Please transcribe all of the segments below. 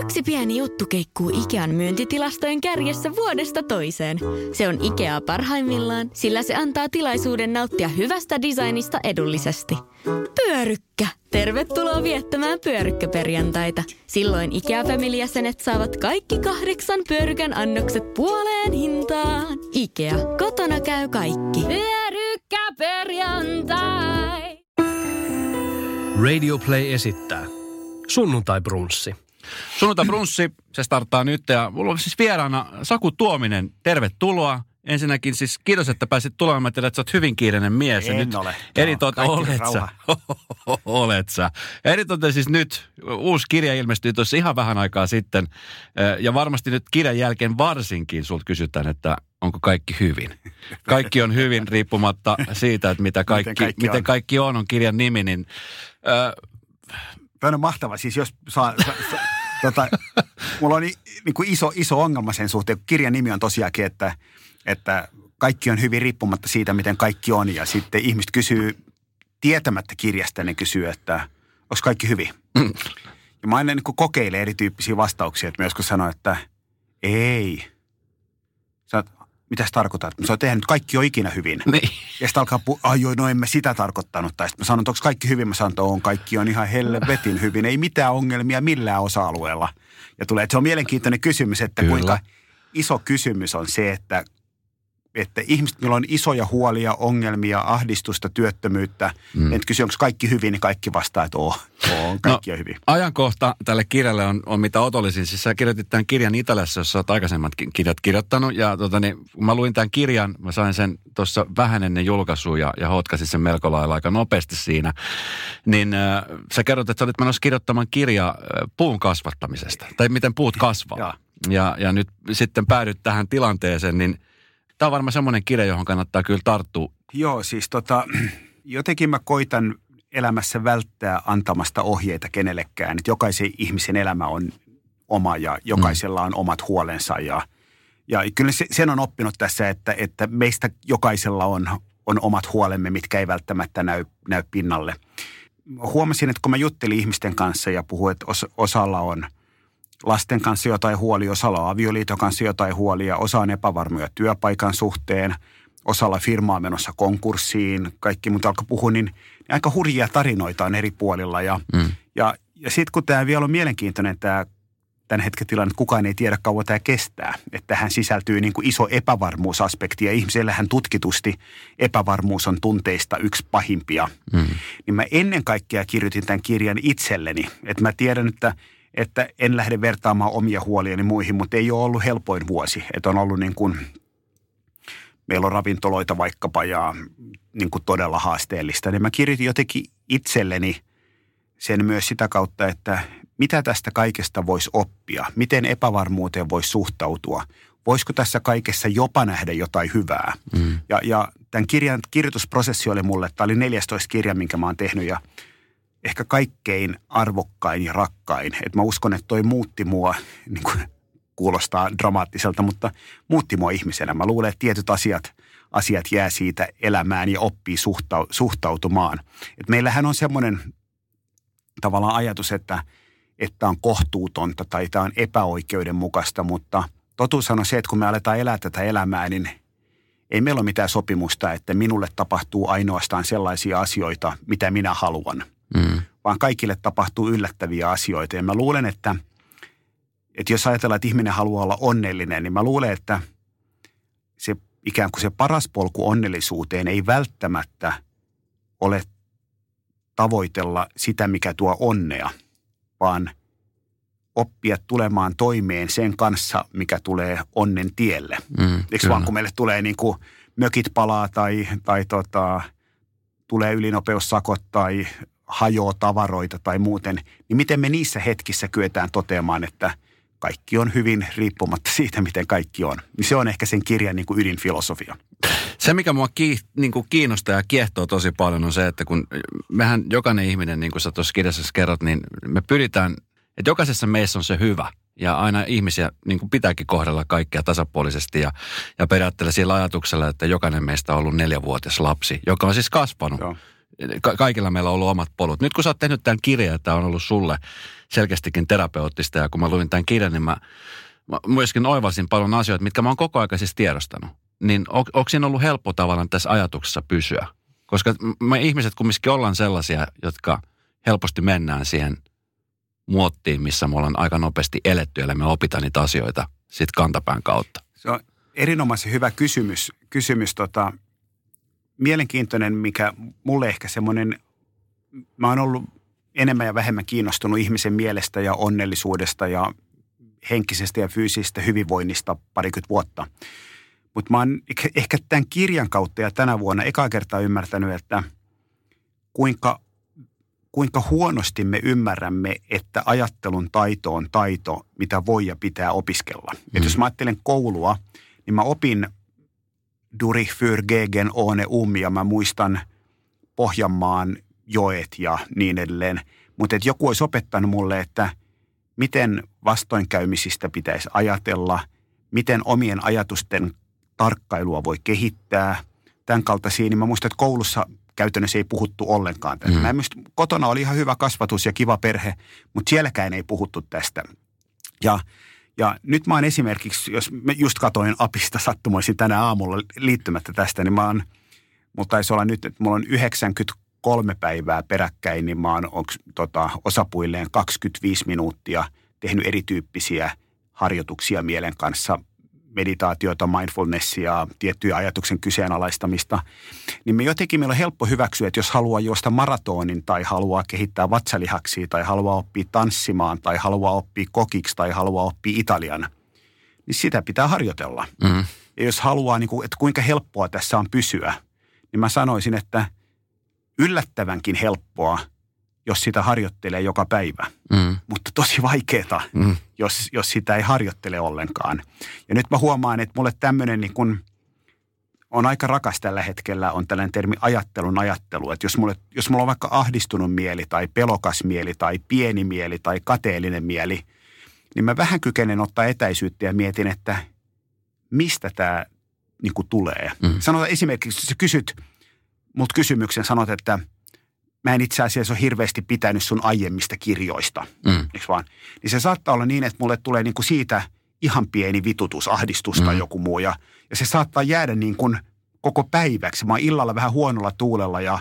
Yksi pieni juttu keikkuu Ikean myyntitilastojen kärjessä vuodesta toiseen. Se on Ikea parhaimmillaan, sillä se antaa tilaisuuden nauttia hyvästä designista edullisesti. Pyörykkä! Tervetuloa viettämään pyörykkäperjantaita. Silloin Ikea-familijäsenet saavat kaikki 8 pyörykän annokset puoleen hintaan. Ikea, kotona käy kaikki. Pyörykkäperjantai! Radio Play esittää Sunnuntai-brunssi. Sunnuntai-brunssi, se starttaa nyt ja mulla on siis vieraana Saku Tuominen. Tervetuloa. Ensinnäkin siis kiitos, että pääsit tulemaan. Mä tiedän, että sä oot hyvin kiireinen mies. En ole. Olet sä. Eritoten siis nyt uusi kirja ilmestyi tuossa ihan vähän aikaa sitten. Ja varmasti nyt kirjan jälkeen varsinkin sulta kysytään, että onko kaikki hyvin. Kaikki on hyvin riippumatta siitä, että miten kaikki on kirjan nimi. Niin, tämä on mahtava. Siis jos mulla on niin kuin iso ongelma sen suhteen, kun kirjan nimi on tosiaankin, että kaikki on hyvin riippumatta siitä, miten kaikki on. Ja sitten ihmiset kysyy, tietämättä kirjasta, ne kysyy, että onko kaikki hyvin? Ja mä aina niin kuin kokeilen erityyppisiä vastauksia, että mä joskus sanon, että ei. Mitä sä tarkoitat? Mä sanon, että kaikki on ikinä hyvin. Niin. Ja sitten alkaa no en mä sitä tarkoittanut. Tai sitten mä sanon, että onko kaikki hyvin? Mä sanon, että kaikki on ihan helvetin hyvin. Ei mitään ongelmia millään osa-alueella. Ja tulee, että se on mielenkiintoinen kysymys, että kuinka iso kysymys on se, että ihmiset, millä on isoja huolia, ongelmia, ahdistusta, työttömyyttä, että kysyy, onko kaikki hyvin, niin kaikki vastaa, että kaikki on hyvin. Ajankohta tälle kirjalle on mitä otollisin. Siis sä kirjoitit tämän kirjan Italiassa, jossa olet aikaisemmatkin kirjat kirjoittanut. Ja kun mä luin tämän kirjan, mä sain sen tuossa vähän ennen julkaisua ja hotkasin sen melko lailla aika nopeasti siinä. Niin sä kerrot, että sä olit menossa kirjoittamaan kirjaa puun kasvattamisesta. Tai miten puut kasvaa. Ja nyt sitten päädyt tähän tilanteeseen, niin tämä on varmaan semmoinen kirja, johon kannattaa kyllä tarttua. Joo, siis jotenkin mä koitan elämässä välttää antamasta ohjeita kenellekään. Että jokaisen ihmisen elämä on oma ja jokaisella on omat huolensa. Ja kyllä sen on oppinut tässä, että meistä jokaisella on omat huolemme, mitkä ei välttämättä näy pinnalle. Huomasin, että kun mä juttelin ihmisten kanssa ja puhuin, että osalla on lasten kanssa jotain huolia, osalla on avioliiton kanssa jotain huolia, osa on epävarmoja työpaikan suhteen, osalla firmaa menossa konkurssiin, kaikki mutta alkoi puhua, niin aika hurjia tarinoita on eri puolilla. Ja sitten kun tämä vielä on mielenkiintoinen tämän hetken tilanne, että kukaan ei tiedä kauan tämä kestää, että tähän sisältyy niin kuin iso epävarmuusaspekti ja ihmisellähän tutkitusti epävarmuus on tunteista yksi pahimpia. Niin mä ennen kaikkea kirjoitin tämän kirjan itselleni, että mä tiedän, että en lähde vertaamaan omia huoliani muihin, mutta ei ole ollut helpoin vuosi. Että on ollut niin kuin, meillä on ravintoloita vaikkapa ja niin kuin todella haasteellista. Niin mä kirjoitin jotenkin itselleni sen myös sitä kautta, että mitä tästä kaikesta voisi oppia, miten epävarmuuteen voisi suhtautua. Voisiko tässä kaikessa jopa nähdä jotain hyvää? Ja tämän kirjan kirjoitusprosessi oli mulle, tämä oli 14 kirja, minkä mä oon tehnyt ja ehkä kaikkein arvokkain ja rakkain. Että mä uskon, että toi muutti mua, niin kuin kuulostaa dramaattiselta, mutta muutti mua ihmisenä. Mä luulen, että tietyt asiat jää siitä elämään ja oppii suhtautumaan. Et meillähän on semmoinen tavallaan ajatus, että on kohtuutonta tai tämä on epäoikeudenmukaista, mutta totuus on se, että kun me aletaan elää tätä elämää, niin ei meillä ole mitään sopimusta, että minulle tapahtuu ainoastaan sellaisia asioita, mitä minä haluan. Vaan kaikille tapahtuu yllättäviä asioita. Ja mä luulen, että jos ajatellaan, että ihminen haluaa olla onnellinen, niin mä luulen, että se ikään kuin se paras polku onnellisuuteen ei välttämättä ole tavoitella sitä, mikä tuo onnea, vaan oppia tulemaan toimeen sen kanssa, mikä tulee onnen tielle. Eikö vaan, kun meille tulee niin kuin mökit palaa tai tulee ylinopeussakot tai hajoaa tavaroita tai muuten, niin miten me niissä hetkissä kyetään toteamaan, että kaikki on hyvin riippumatta siitä, miten kaikki on. Niin se on ehkä sen kirjan niin kuin ydinfilosofia. Se, mikä mua kiinnostaa ja kiehtoo tosi paljon on se, että kun mehän jokainen ihminen, niin kuin sä tuossa kirjassa kerrot, niin me pyritään, että jokaisessa meissä on se hyvä. Ja aina ihmisiä niin kuin pitääkin kohdella kaikkea tasapuolisesti ja periaatteella sillä ajatuksella, että jokainen meistä on ollut 4-vuotias lapsi, joka on siis kasvanut. Kaikilla meillä on ollut omat polut. Nyt kun sä oot tehnyt tämän kirjan, ja tämä on ollut sulle selkeästikin terapeuttista, ja kun mä luin tämän kirjan, niin mä myöskin oivasin paljon asioita, mitkä mä oon koko ajan siis tiedostanut. Niin onko siinä ollut helppo tavallaan tässä ajatuksessa pysyä? Koska me ihmiset kumminkin ollaan sellaisia, jotka helposti mennään siihen muottiin, missä me ollaan aika nopeasti eletty, eli me opitaan niitä asioita sit kantapään kautta. Se on erinomaisen hyvä kysymys. Mielenkiintoinen, mikä mulle ehkä semmoinen, mä oon ollut enemmän ja vähemmän kiinnostunut ihmisen mielestä ja onnellisuudesta ja henkisestä ja fyysisestä hyvinvoinnista parikymmentä vuotta. Mutta mä oon ehkä tämän kirjan kautta ja tänä vuonna ekaa kertaa ymmärtänyt, että kuinka huonosti me ymmärrämme, että ajattelun taito on taito, mitä voi ja pitää opiskella. Et jos mä ajattelen koulua, niin mä opin durch für gegen ohne ja mä muistan Pohjanmaan joet ja niin edelleen. Mutta joku olisi opettanut mulle, että miten vastoinkäymisistä pitäisi ajatella, miten omien ajatusten tarkkailua voi kehittää, tämän kaltaisia, niin mä muistan, että koulussa käytännössä ei puhuttu ollenkaan tästä. Mä muistan, kotona oli ihan hyvä kasvatus ja kiva perhe, mutta sielläkään ei puhuttu tästä. Ja nyt mä oon esimerkiksi, jos mä just katoin apista sattumoisin tänä aamulla liittymättä tästä, niin mulla taisi olla nyt, että mulla on 93 päivää peräkkäin, niin mä oon osapuilleen 25 minuuttia tehnyt erityyppisiä harjoituksia mielen kanssa, meditaatiota, mindfulnessia, tiettyjä ajatuksen kyseenalaistamista, niin meillä on helppo hyväksyä, että jos haluaa juosta maratonin tai haluaa kehittää vatsalihaksia tai haluaa oppia tanssimaan tai haluaa oppia kokiksi tai haluaa oppia italian, niin sitä pitää harjoitella. Ja jos haluaa, että kuinka helppoa tässä on pysyä, niin mä sanoisin, että yllättävänkin helppoa, jos sitä harjoittelee joka päivä. Mutta tosi vaikeaa, jos sitä ei harjoittele ollenkaan. Ja nyt mä huomaan, että mulle tämmöinen niin kun on aika rakas tällä hetkellä, on tällainen termi ajattelun ajattelu. Että jos mulla on vaikka ahdistunut mieli tai pelokas mieli tai pieni mieli tai kateellinen mieli, niin mä vähän kykenen ottaa etäisyyttä ja mietin, että mistä tämä niin kun tulee. Sanotaan esimerkiksi, jos sä kysyt multa kysymyksen, sanot, että mä en itse asiassa ole hirveästi pitänyt sun aiemmista kirjoista, eikö vaan? Niin se saattaa olla niin, että mulle tulee niin kuin siitä ihan pieni vitutus, ahdistus tai joku muu. Ja se saattaa jäädä niin kuin koko päiväksi. Mä oon illalla vähän huonolla tuulella ja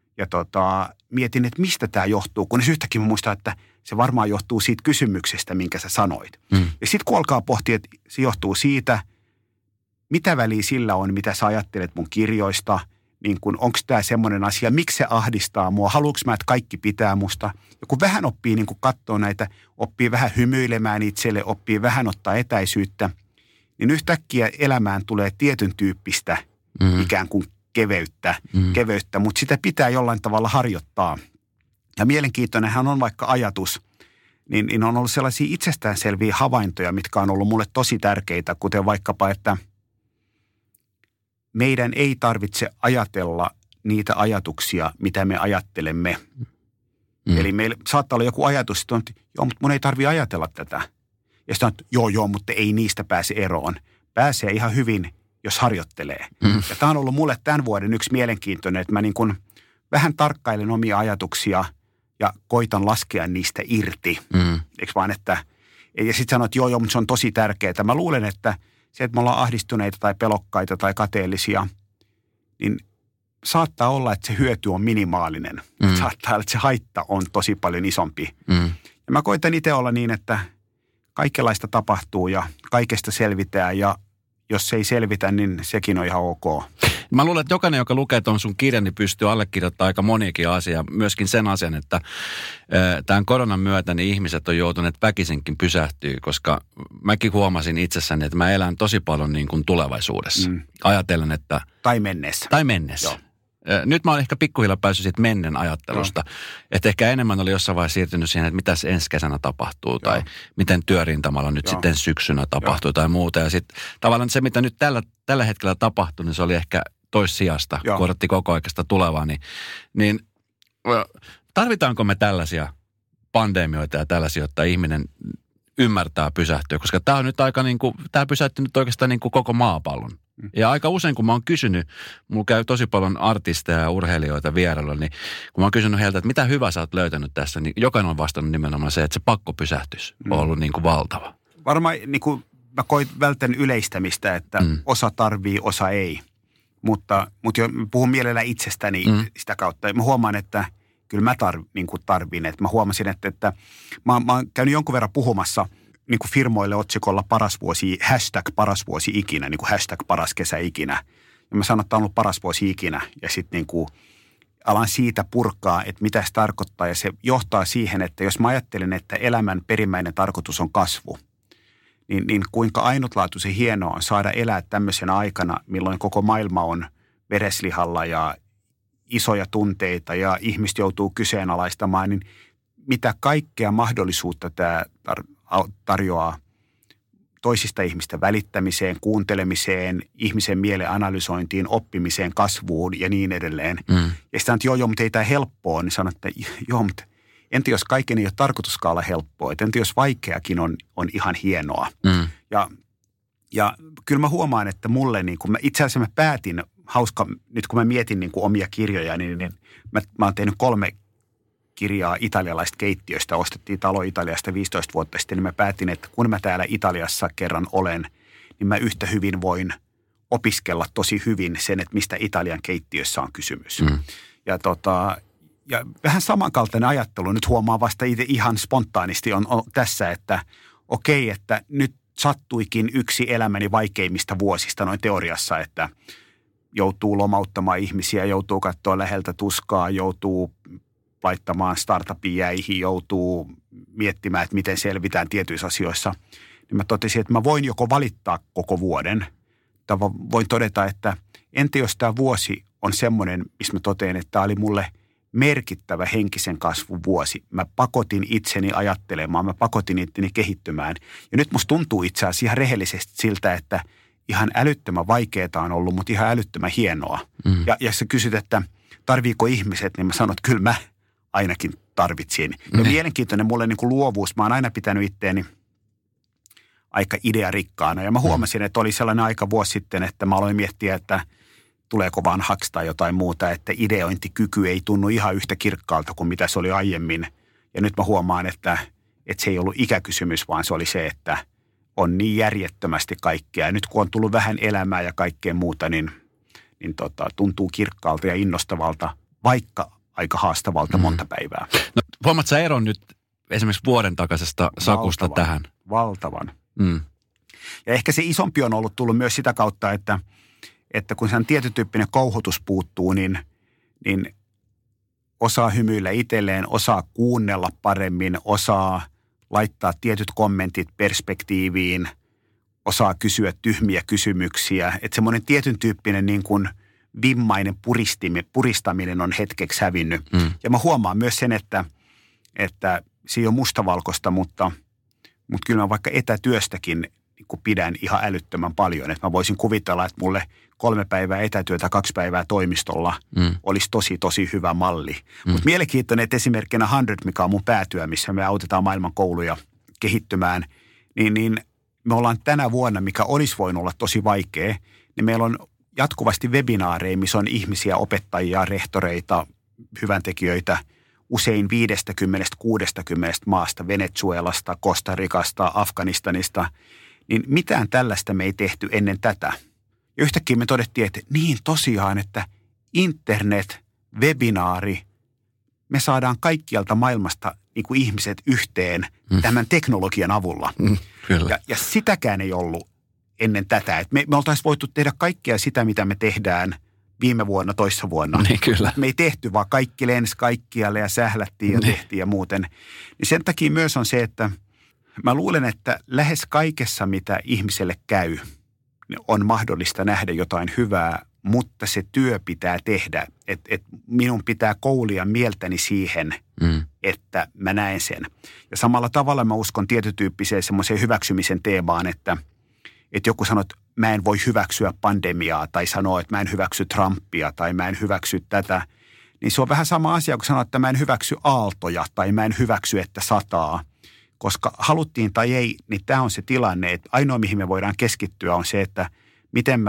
mietin, että mistä tämä johtuu. Kun yhtäkkiä mä muistan, että se varmaan johtuu siitä kysymyksestä, minkä sä sanoit. Ja sitten kun alkaa pohtia, että se johtuu siitä, mitä väliä sillä on, mitä sä ajattelet mun kirjoista, niin kuin, onko tämä semmoinen asia, miksi se ahdistaa mua, haluanko mä, että kaikki pitää musta. Ja kun vähän oppii niin katsoa näitä, oppii vähän hymyilemään itselle, oppii vähän ottaa etäisyyttä, niin yhtäkkiä elämään tulee tietyn tyyppistä ikään kuin keveyttä, mutta sitä pitää jollain tavalla harjoittaa. Ja mielenkiintoinenhan on vaikka ajatus, niin on ollut sellaisia itsestäänselviä havaintoja, mitkä on ollut mulle tosi tärkeitä, kuten vaikkapa, että meidän ei tarvitse ajatella niitä ajatuksia, mitä me ajattelemme. Eli meillä saattaa olla joku ajatus, että joo, mutta mun ei tarvitse ajatella tätä. Ja sitten on, joo, mutta ei niistä pääse eroon. Pääsee ihan hyvin, jos harjoittelee. Ja tämä on ollut mulle tämän vuoden yksi mielenkiintoinen, että mä niin kuin vähän tarkkailen omia ajatuksia ja koitan laskea niistä irti. Eikö vaan, että, ja sitten sanot, että joo, mutta se on tosi tärkeää. Mä luulen, että se, että me ollaan ahdistuneita tai pelokkaita tai kateellisia, niin saattaa olla, että se hyöty on minimaalinen. Saattaa olla, että se haitta on tosi paljon isompi. Ja mä koitan itse olla niin, että kaikenlaista tapahtuu ja kaikesta selvitään ja jos ei selvitä, niin sekin on ihan ok. Mä luulen, että jokainen, joka lukee tuon sun kirjan, niin pystyy allekirjoittamaan aika moniakin asiaa. Myöskin sen asian, että tämän koronan myötä niin ihmiset on joutuneet väkisinkin pysähtyä, koska mäkin huomasin itsessäni, että mä elän tosi paljon niin kuin tulevaisuudessa. Ajatellen, että... Tai mennessä. Joo. Nyt mä oon ehkä pikkuhiljaa päässyt siitä mennen ajattelusta. Että ehkä enemmän oli jossain vaiheessa siirtynyt siihen, että mitä ensi kesänä tapahtuu tai miten työrintamalla nyt sitten syksynä tapahtuu tai muuta. Ja sitten tavallaan se, mitä nyt tällä hetkellä tapahtuu, niin se oli ehkä toissijasta, kun odotti koko aikaista tulevaa. Niin tarvitaanko me tällaisia pandemioita ja tällaisia, jotta ihminen ymmärtää pysähtyä? Koska tämä on nyt aika niin kuin, tämä pysähtyy nyt oikeastaan niin kuin koko maapallon. Ja aika usein, kun mä oon kysynyt, mulla käy tosi paljon artisteja ja urheilijoita vierellä, niin kun mä oon kysynyt heiltä, että mitä hyvää sä oot löytänyt tässä, niin jokainen on vastannut nimenomaan se, että se pakkopysähtys on ollut niin kuin valtava. Varmaan niin kuin mä vältän yleistämistä, että osa tarvii, osa ei. Mutta jo puhun mielellä itsestäni sitä kautta. Mä huomaan, että kyllä mä tarvin. Että mä huomasin, että mä oon käynyt jonkun verran puhumassa niin kuin firmoille otsikolla #paras vuosi ikinä, niin kuin #paras kesä ikinä. Ja mä sanon, että on ollut paras vuosi ikinä. Ja sitten niin kuin alan siitä purkaa, että mitä se tarkoittaa. Ja se johtaa siihen, että jos mä ajattelen, että elämän perimmäinen tarkoitus on kasvu, niin kuinka ainutlaatuisen hienoa on saada elää tämmöisenä aikana, milloin koko maailma on vereslihalla ja isoja tunteita ja ihmiset joutuu kyseenalaistamaan, niin mitä kaikkea mahdollisuutta tämä tarjoaa toisista ihmistä välittämiseen, kuuntelemiseen, ihmisen mielen analysointiin, oppimiseen, kasvuun ja niin edelleen. Ja sitten joo, mutta ei tämä helppoa, niin sanot, että joo, mutta entä jos kaiken ei ole tarkoituskaan olla helppoa, että entä jos vaikeakin on ihan hienoa. Ja kyllä mä huomaan, että mulle, niin kun itse asiassa mä päätin, hauska, nyt kun mä mietin niin kuin omia kirjoja, niin mä oon tehnyt 3 kirjaa italialaisista keittiöistä. Ostettiin talo Italiasta 15 vuotta sitten, niin mä päätin, että kun mä täällä Italiassa kerran olen, niin mä yhtä hyvin voin opiskella tosi hyvin sen, että mistä Italian keittiössä on kysymys. Ja vähän samankaltainen ajattelu, nyt huomaa vasta itse ihan spontaanisti on tässä, että okei, että nyt sattuikin yksi elämäni vaikeimmista vuosista noin teoriassa, että joutuu lomauttamaan ihmisiä, joutuu katsoa läheltä tuskaa, joutuu laittamaan startupin jäihin, joutuu miettimään, että miten selvitään tietyissä asioissa. Niin mä totesin, että mä voin joko valittaa koko vuoden, tai voin todeta, että entä jos tämä vuosi on semmoinen, missä mä totean, että tämä oli mulle merkittävä henkisen kasvun vuosi. Mä pakotin itseni ajattelemaan, mä pakotin itseni kehittymään. Ja nyt musta tuntuu itse asiassa ihan rehellisesti siltä, että ihan älyttömän vaikeaa on ollut, mutta ihan älyttömän hienoa. Ja sä kysyt, että tarviiko ihmiset, niin mä sanon, että kyllä mä ainakin tarvitsin. Ja mielenkiintoinen mulle niin kuin luovuus. Mä oon aina pitänyt itteeni aika idearikkaana. Ja mä huomasin, että oli sellainen aika vuosi sitten, että mä aloin miettiä, että tuleeko vanhaksi tai jotain muuta, että ideointikyky ei tunnu ihan yhtä kirkkaalta kuin mitä se oli aiemmin. Ja nyt mä huomaan, että se ei ollut ikäkysymys, vaan se oli se, että on niin järjettömästi kaikkea. Ja nyt kun on tullut vähän elämää ja kaikkea muuta, niin tuntuu kirkkaalta ja innostavalta, vaikka aika haastavalta monta päivää. No, huomaat sä eron nyt esimerkiksi vuoden takaisesta Sakusta tähän? Valtavan. Ja ehkä se isompi on ollut tullut myös sitä kautta, että kun sen tietyn tyyppinen kouhotus puuttuu, niin osaa hymyillä itselleen, osaa kuunnella paremmin, osaa laittaa tietyt kommentit perspektiiviin, osaa kysyä tyhmiä kysymyksiä. Että semmoinen tietyn tyyppinen niin kuin vimmainen puristaminen on hetkeksi hävinnyt. Ja mä huomaan myös sen, että se ei ole mustavalkoista, mutta kyllä mä vaikka etätyöstäkin niin pidän ihan älyttömän paljon. Että mä voisin kuvitella, että mulle 3 päivää etätyötä, 2 päivää toimistolla olisi tosi hyvä malli. Mutta mielenkiintoinen, että esimerkkinä 100, mikä on mun päätyö, missä me autetaan maailman kouluja kehittymään, niin me ollaan tänä vuonna, mikä olisi voinut olla tosi vaikea, niin meillä on jatkuvasti webinaareja, missä on ihmisiä, opettajia, rehtoreita, hyväntekijöitä, usein 50-60 maasta, Venezuelasta, Costa Ricasta, Afganistanista, niin mitään tällaista me ei tehty ennen tätä. Ja yhtäkkiä me todettiin, että niin tosiaan, että internet, webinaari, me saadaan kaikkialta maailmasta niin kuin ihmiset yhteen tämän teknologian avulla. Kyllä. Ja sitäkään ei ollut ennen tätä. Että me oltaisiin voitu tehdä kaikkea sitä, mitä me tehdään viime vuonna, toissa vuonna. Niin, kyllä. Me ei tehty, vaan kaikki lensi kaikkialle ja sählättiin ja tehtiin ja muuten. Niin sen takia myös on se, että mä luulen, että lähes kaikessa, mitä ihmiselle käy, on mahdollista nähdä jotain hyvää, mutta se työ pitää tehdä. Et minun pitää koulia mieltäni siihen, että mä näen sen. Ja samalla tavalla mä uskon tietytyyppiseen semmoiseen hyväksymisen teemaan, että joku sanoo, että mä en voi hyväksyä pandemiaa tai sanoo, että mä en hyväksy Trumpia tai mä en hyväksy tätä. Niin se on vähän sama asia, kun sanoo, että mä en hyväksy aaltoja tai mä en hyväksy, että sataa. Koska haluttiin tai ei, niin tämä on se tilanne, että ainoa mihin me voidaan keskittyä on se, että miten mä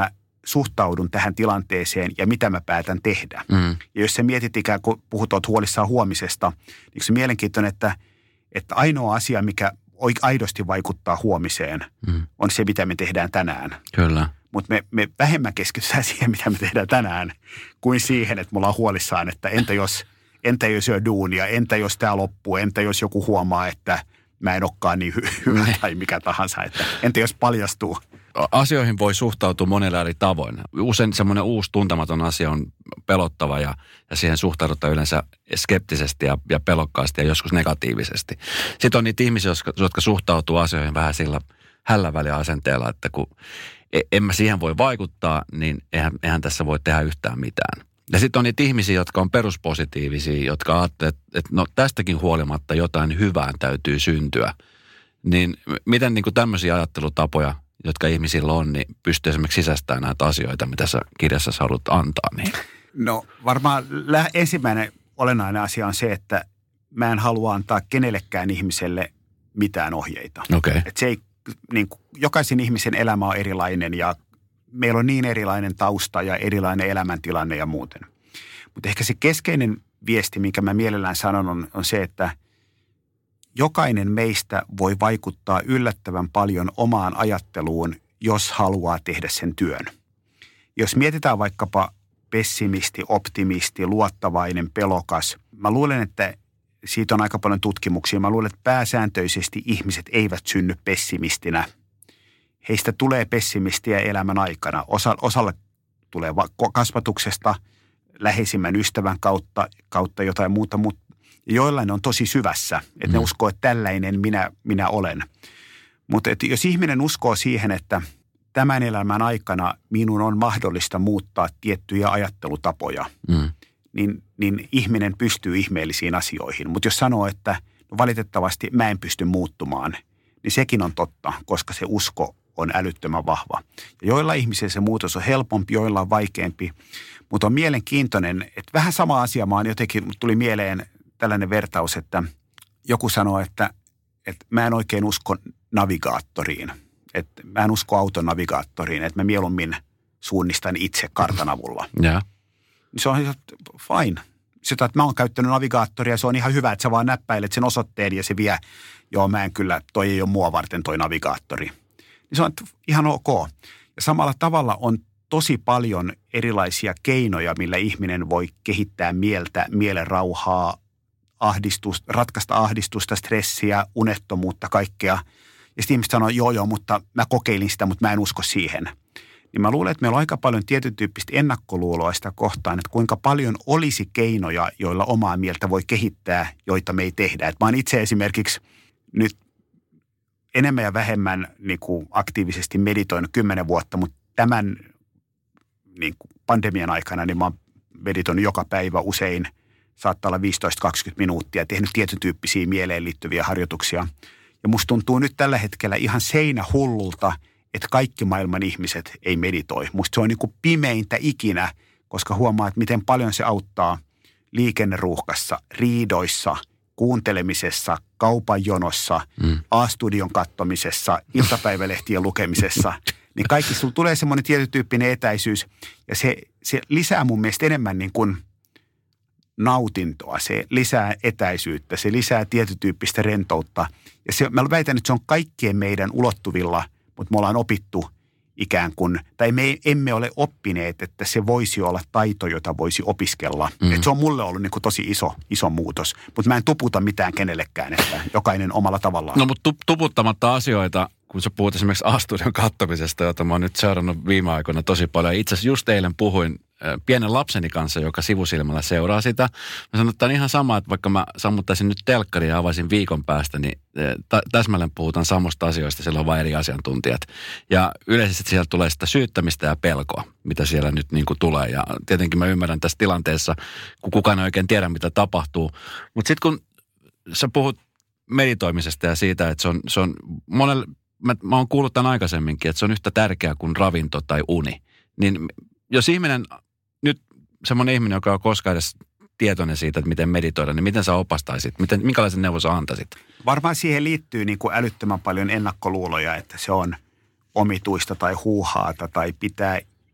suhtaudun tähän tilanteeseen ja mitä mä päätän tehdä. Ja jos sä mietit ikään kuin puhut huolissaan huomisesta, niin se mielenkiintoinen, että ainoa asia, mikä aidosti vaikuttaa huomiseen, on se, mitä me tehdään tänään. Kyllä. Mutta me vähemmän keskitytään siihen, mitä me tehdään tänään, kuin siihen, että me ollaan huolissaan, että entä jos on duunia, entä jos tämä loppuu, entä jos joku huomaa, että mä en olekaan niin hyvä tai mikä tahansa, että entä jos paljastuu. Asioihin voi suhtautua monella eri tavoin. Usein semmoinen uusi tuntematon asia on pelottava ja siihen suhtaudutaan yleensä skeptisesti ja pelokkaasti ja joskus negatiivisesti. Sitten on niitä ihmisiä, jotka suhtautuu asioihin vähän sillä hälläväliä asenteella, että kun en mä siihen voi vaikuttaa, niin eihän tässä voi tehdä yhtään mitään. Ja sitten on niitä ihmisiä, jotka on peruspositiivisia, jotka ajattelevat, että no tästäkin huolimatta jotain hyvää täytyy syntyä. Niin miten niin kuin tämmöisiä ajattelutapoja, jotka ihmisillä on, niin pystyy esimerkiksi sisäistämään näitä asioita, mitä sä kirjassa haluat antaa? Niin. No varmaan ensimmäinen olennainen asia on se, että mä en halua antaa kenellekään ihmiselle mitään ohjeita. Okay. Että se ei, niin kuin, jokaisen ihmisen elämä on erilainen ja meillä on niin erilainen tausta ja erilainen elämäntilanne ja muuten. Mutta ehkä se keskeinen viesti, minkä mä mielellään sanon, on se, että jokainen meistä voi vaikuttaa yllättävän paljon omaan ajatteluun, jos haluaa tehdä sen työn. Jos mietitään vaikkapa pessimisti, optimisti, luottavainen, pelokas, mä luulen, että siitä on aika paljon tutkimuksia. Mä luulen, että pääsääntöisesti ihmiset eivät synny pessimistinä. Heistä tulee pessimistiä elämän aikana. Osalle tulee kasvatuksesta, läheisimmän ystävän kautta jotain muuta, mutta joillain on tosi syvässä, että ne uskoo, että tällainen minä olen. Mutta jos ihminen uskoo siihen, että tämän elämän aikana minun on mahdollista muuttaa tiettyjä ajattelutapoja, niin ihminen pystyy ihmeellisiin asioihin. Mutta jos sanoo, että no valitettavasti mä en pysty muuttumaan, niin sekin on totta, koska se usko on älyttömän vahva. Ja joilla ihmisillä se muutos on helpompi, joilla on vaikeampi. Mutta on mielenkiintoinen, että vähän sama asia tuli mieleen tällainen vertaus, että joku sanoo, että mä en oikein usko navigaattoriin. Että mä en usko auton navigaattoriin, että mä mieluummin suunnistan itse kartan avulla. Yeah. Se on fine. Sitä, että mä oon käyttänyt navigaattoria, se on ihan hyvä, että sä vaan näppäilet sen osoitteen ja se vie, joo mä en kyllä, toi ei ole mua varten toi navigaattori. Niin se on ihan ok. Ja samalla tavalla on tosi paljon erilaisia keinoja, millä ihminen voi kehittää mielen rauhaa, ratkaista ahdistusta, stressiä, unettomuutta, kaikkea. Ja sitten ihmiset sanoo, joo, mutta mä kokeilin sitä, mutta mä en usko siihen. Niin mä luulen, että meillä on aika paljon tietyn tyyppistä ennakkoluuloa sitä kohtaan, että kuinka paljon olisi keinoja, joilla omaa mieltä voi kehittää, joita me ei tehdä. Et mä oon itse esimerkiksi nyt enemmän ja vähemmän niin kuin aktiivisesti meditoinut 10 vuotta, mutta tämän niin kuin pandemian aikana niin mä oon meditoinut joka päivä usein, saattaa olla 15-20 minuuttia, tehnyt tietyn tyyppisiä mieleen liittyviä harjoituksia. Ja musta tuntuu nyt tällä hetkellä ihan seinähullulta, että kaikki maailman ihmiset ei meditoi. Musta se on niin kuin pimeintä ikinä, koska huomaa, että miten paljon se auttaa liikenneruuhkassa, riidoissa, kuuntelemisessa, kaupan jonossa, A-studion kattomisessa, iltapäivälehtien lukemisessa. Niin kaikki sulla tulee semmoinen tietytyyppinen etäisyys ja se lisää mun mielestä enemmän niin kuin nautintoa, se lisää etäisyyttä, se lisää tietytyyppistä rentoutta. Ja mä väitän, että se on kaikkien meidän ulottuvilla, mutta me ollaan opittu ikään kuin, tai me emme ole oppineet, että se voisi olla taito, jota voisi opiskella. Että se on mulle ollut niin kuin tosi iso muutos, mutta mä en tuputa mitään kenellekään, että jokainen omalla tavallaan. No mutta tuputtamatta asioita, kun sä puhut esimerkiksi A-studion kattamisesta, jota mä oon nyt seurannut viime aikoina tosi paljon. Itse asiassa just eilen puhuin pienen lapseni kanssa, joka sivusilmällä seuraa sitä. Mä sanoin, että on ihan sama, että vaikka mä sammuttaisin nyt telkkari ja avaisin viikon päästä, niin täsmälleen puhutaan samoista asioista, siellä on vain eri asiantuntijat. Ja yleisesti siellä tulee sitä syyttämistä ja pelkoa, mitä siellä nyt niin kuin tulee. Ja tietenkin mä ymmärrän tässä tilanteessa, kun kukaan ei oikein tiedä, mitä tapahtuu. Mutta sitten kun sä puhut meditoimisesta ja siitä, että se on monelle, mä oon kuullut tämän aikaisemminkin, että se on yhtä tärkeää kuin ravinto tai uni. Niin jos ihminen, nyt semmoinen ihminen, joka on koskaan edes tietoinen siitä, että miten meditoida, niin miten sä opastaisit? Minkälaisen neuvon sä antaisit? Varmaan siihen liittyy niin kuin älyttömän paljon ennakkoluuloja, että se on omituista tai huuhaata tai pitää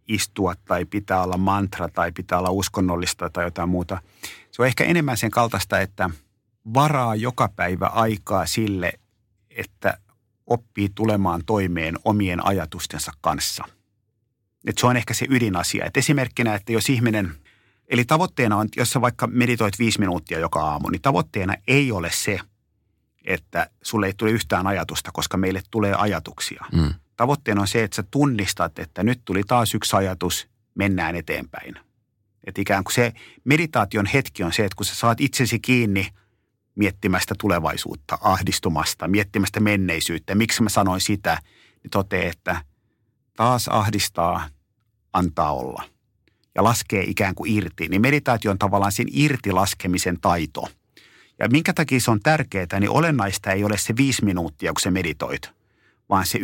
istua tai pitää olla mantra tai pitää olla uskonnollista tai jotain muuta. Se on ehkä enemmän sen kaltaista, että varaa joka päivä aikaa sille, että oppii tulemaan toimeen omien ajatustensa kanssa. Että se on ehkä se ydinasia. Et esimerkkinä, että jos ihminen, eli tavoitteena on, jos sä vaikka meditoit 5 minuuttia joka aamu, niin tavoitteena ei ole se, että sulle ei tule yhtään ajatusta, koska meille tulee ajatuksia. Tavoitteena on se, että sä tunnistat, että nyt tuli taas yksi ajatus, mennään eteenpäin. Että ikään kuin se meditaation hetki on se, että kun sä saat itsesi kiinni miettimästä tulevaisuutta, ahdistumasta, miettimästä menneisyyttä, miksi mä sanoin sitä, niin toteaa, että taas ahdistaa, antaa olla. Ja laskee ikään kuin irti. Niin meditaatio on tavallaan sen irtilaskemisen taito. Ja minkä takia se on tärkeää, niin olennaista ei ole se 5 minuuttia, kun sä meditoit, vaan se 99%,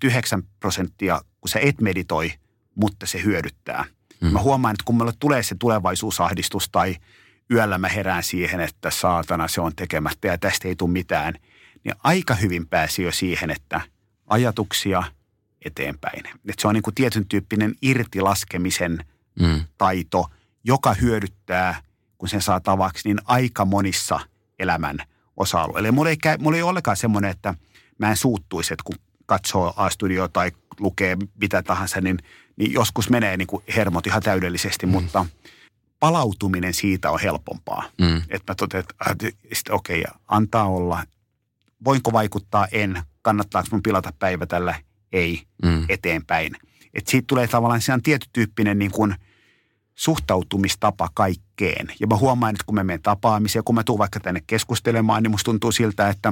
kun sä et meditoi, mutta se hyödyttää. Mä huomaan, että kun mulle tulee se tulevaisuusahdistus tai yöllä mä herään siihen, että saatana se on tekemättä ja tästä ei tule mitään, niin aika hyvin pääsi jo siihen, että ajatuksia eteenpäin. Että se on niin kuin tietyn tyyppinen irtilaskemisen taito, joka hyödyttää, kun sen saa tavaksi, niin aika monissa elämän osa-alueilla. Mulla ei ole ollenkaan semmoinen, että mä en suuttuisi, että kun katsoo A-studioa tai lukee mitä tahansa, niin joskus menee niin kuin hermot ihan täydellisesti, mutta palautuminen siitä on helpompaa. Että mä totean, että okei, antaa olla. Voinko vaikuttaa? En. Kannattaako mun pilata päivä tällä? Ei. Eteenpäin. Että siitä tulee tavallaan sellainen tietytyyppinen niin kuin suhtautumistapa kaikkeen. Ja mä huomaan, että kun mä menen tapaamiseen, kun mä tuun vaikka tänne keskustelemaan, niin musta tuntuu siltä, että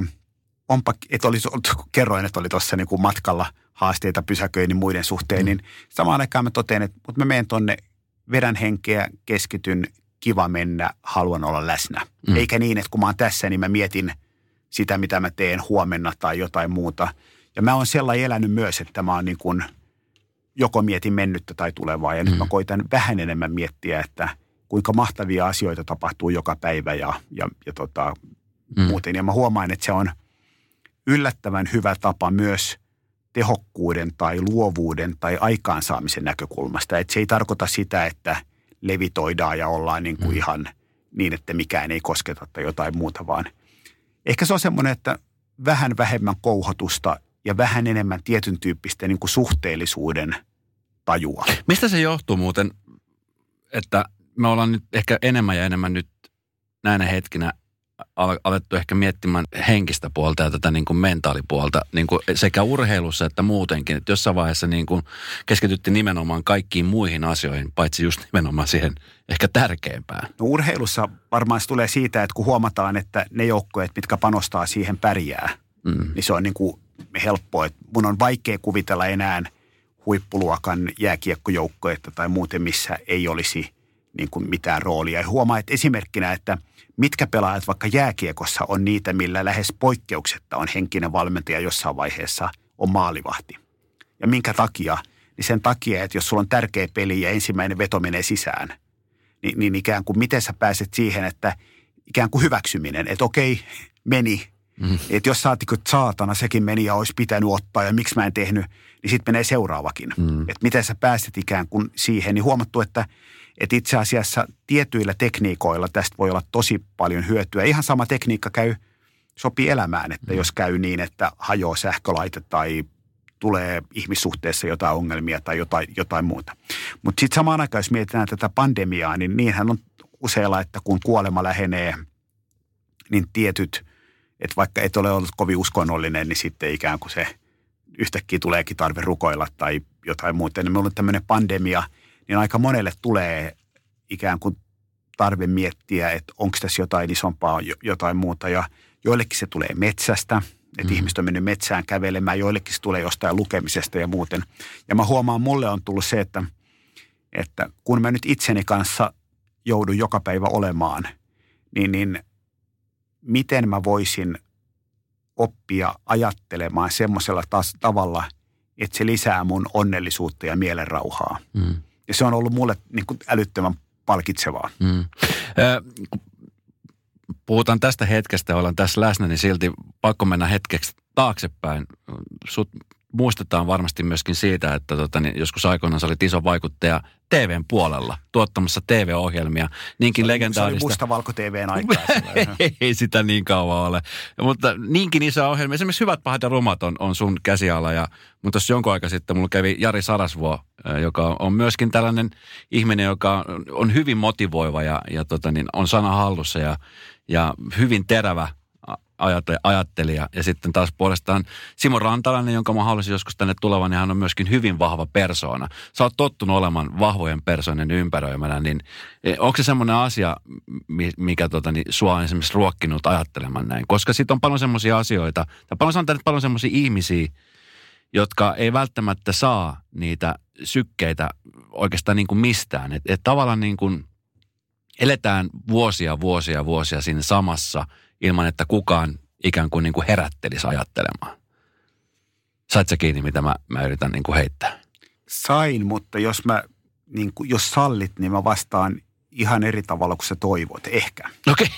kerroin, että oli tuossa niin kuin matkalla haasteita pysäköinnin muiden suhteen, niin samaan aikaan mä totean, että mutta mä menen tonne, vedän henkeä, keskityn, kiva mennä, haluan olla läsnä. Eikä niin, että kun mä oon tässä, niin mä mietin sitä, mitä mä teen huomenna tai jotain muuta. Ja mä oon sellainen elänyt myös, että mä oon niin kuin joko mietin mennyttä tai tulevaa. Ja nyt mä koitan vähän enemmän miettiä, että kuinka mahtavia asioita tapahtuu joka päivä ja muuten. Ja mä huomaan, että se on yllättävän hyvä tapa myös tehokkuuden tai luovuuden tai aikaansaamisen näkökulmasta. Että se ei tarkoita sitä, että levitoidaan ja ollaan niin kuin ihan niin, että mikään ei kosketa tai jotain muuta, vaan ehkä se on semmoinen, että vähän vähemmän kouhotusta ja vähän enemmän tietyn tyyppistä niin kuin suhteellisuuden tajua. Mistä se johtuu muuten, että me ollaan nyt ehkä enemmän ja enemmän nyt näinä hetkinä alettu ehkä miettimään henkistä puolta ja tätä niin kuin mentaalipuolta niin kuin sekä urheilussa että muutenkin. Että jossain vaiheessa niin kuin keskityttiin nimenomaan kaikkiin muihin asioihin, paitsi just nimenomaan siihen ehkä tärkeimpään. No urheilussa varmaan se tulee siitä, että kun huomataan, että ne joukkueet, mitkä panostaa siihen pärjää, niin se on niin kuin helppoa. Että mun on vaikea kuvitella enää huippuluokan jääkiekkojoukkueita tai muuten, missä ei olisi niin kuin mitään roolia. Ja huomaa, että esimerkkinä, että mitkä pelaajat vaikka jääkiekossa on niitä, millä lähes poikkeuksetta on henkinen valmentaja jossain vaiheessa on maalivahti. Ja minkä takia? Niin sen takia, että jos sulla on tärkeä peli ja ensimmäinen veto menee sisään, niin ikään kuin miten sä pääset siihen, että ikään kuin hyväksyminen, että okei, meni. Että jos saattiko, että saatana, sekin meni ja olisi pitänyt ottaa ja miksi mä en tehnyt, niin sitten menee seuraavakin. Että miten sä pääset ikään kuin siihen, niin huomattu, että itse asiassa tietyillä tekniikoilla tästä voi olla tosi paljon hyötyä. Ihan sama tekniikka sopii elämään, että jos käy niin, että hajoaa sähkölaite tai tulee ihmissuhteessa jotain ongelmia tai jotain muuta. Mutta sitten samaan aikaan, jos mietitään tätä pandemiaa, niin niinhän on useilla, että kun kuolema lähenee, niin tietyt, että vaikka et ole ollut kovin uskonnollinen, niin sitten ikään kuin se yhtäkkiä tuleekin tarve rukoilla tai jotain muuta. Niin meillä on tämmöinen pandemia, niin aika monelle tulee ikään kuin tarve miettiä, että onko tässä jotain isompaa, jotain muuta. Ja joillekin se tulee metsästä, että ihmiset on mennyt metsään kävelemään, joillekin se tulee jostain lukemisesta ja muuten. Ja mä huomaan, mulle on tullut se, että kun mä nyt itseni kanssa joudun joka päivä olemaan, niin miten mä voisin oppia ajattelemaan semmoisella tavalla, että se lisää mun onnellisuutta ja mielenrauhaa. Ja se on ollut mulle niin kuin älyttömän palkitsevaa. Puhutaan tästä hetkestä ja ollaan tässä läsnä, niin silti pakko mennä hetkeksi taaksepäin. Sut muistetaan varmasti myöskin siitä, että joskus aikoinaan sä olit iso vaikuttaja TVn puolella, tuottamassa TV-ohjelmia. Niinkin legendaarista. Se oli mustavalko-TVn aikaa. Ei sitä niin kauan ole. Mutta niinkin iso ohjelma. Esimerkiksi Hyvät, pahat ja rumat on sun käsiala. Mutta tuossa jonkun aika sitten mulla kävi Jari Sarasvuo, joka on myöskin tällainen ihminen, joka on hyvin motivoiva ja on sana hallussa ja hyvin terävä ajattelija. Ja sitten taas puolestaan Simo Rantalainen, jonka mä haluaisin joskus tänne tulevan, niin hän on myöskin hyvin vahva persoona. Sä oot tottunut olemaan vahvojen persoonen ympäröimänä, niin onko se semmoinen asia, mikä sua on esimerkiksi ruokkinut ajattelemaan näin? Koska sitten on paljon semmoisia asioita, paljon semmoisia ihmisiä, jotka ei välttämättä saa niitä sykkeitä oikeastaan niin kuin mistään. Et tavallaan niin kuin eletään vuosia siinä samassa ilman, että kukaan ikään kuin, herättelisi ajattelemaan. Sait sä kiinni, mitä mä yritän niin kuin heittää? Sain, mutta jos sallit, niin mä vastaan ihan eri tavalla kuin sä toivot. Ehkä. Okei.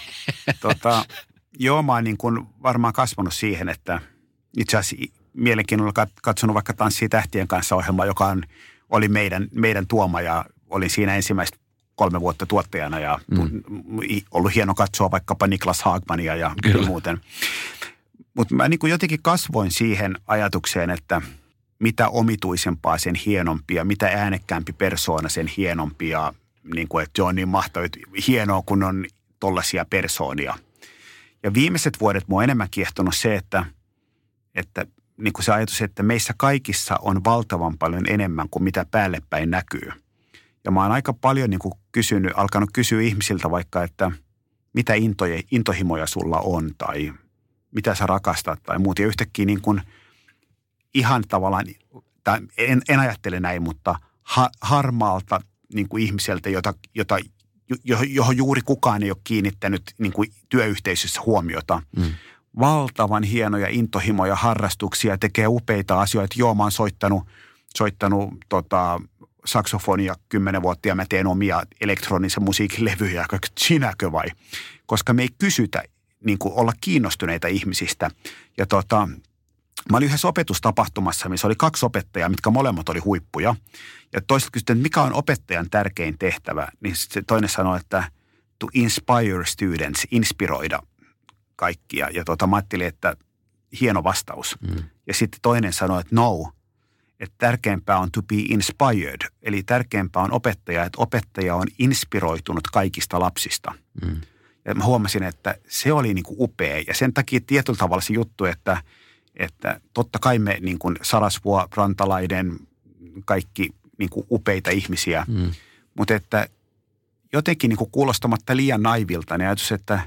Joo, mä oon niin kuin varmaan kasvanut siihen, että itse asiassa mielenkiinnolla katsonut vaikka Tanssii tähtien kanssa -ohjelmaa, joka oli meidän tuoma ja olin siinä ensimmäistä 3 vuotta tuottajana ja ollut hieno katsoa vaikkapa Niklas Haagmania ja muuten. Mutta mä niin kuin jotenkin kasvoin siihen ajatukseen, että mitä omituisempaa sen hienompia, mitä äänekkäämpi persoona sen hienompia, niin kuin että on niin hienoa, kun on tollaisia persoonia. Ja viimeiset vuodet mua on enemmän kiehtonut se, että niin kuin se ajatus, että meissä kaikissa on valtavan paljon enemmän kuin mitä päälle päin näkyy. Ja mä oon aika paljon niin kuin alkanut kysyä ihmisiltä vaikka, että mitä intohimoja sulla on tai mitä sä rakastat tai muuta. Ja yhtäkkiä niin kuin ihan tavallaan, tai en ajattele näin, mutta harmaalta niin kuin ihmiseltä, johon juuri kukaan ei ole kiinnittänyt niin kuin työyhteisössä huomiota. Valtavan hienoja intohimoja, harrastuksia, tekee upeita asioita. Joo, mä oon soittanut saksofonia 10 vuotta ja mä teen omia elektronisen musiikin levyjä. Sinäkö vai? Koska me ei kysytä niin kuin olla kiinnostuneita ihmisistä. Ja mä olin yhdessä opetustapahtumassa, missä oli 2 opettajaa, mitkä molemmat oli huippuja. Ja toiset kysyivät, että mikä on opettajan tärkein tehtävä? Niin se toinen sanoi, että to inspire students, inspiroida kaikkia. Ja mä ajattelin, että hieno vastaus. Ja sitten toinen sanoi, että no, että tärkeämpää on to be inspired. Eli tärkeämpää on opettaja, että opettaja on inspiroitunut kaikista lapsista. Ja mä huomasin, että se oli niin kuin upea. Ja sen takia tietyllä tavalla se juttu, että totta kai me niin kuin Sarasvuo, Rantalainen, kaikki niin kuin upeita ihmisiä. Mutta että jotenkin niin kuin kuulostamatta liian naivilta, niin ajatus, että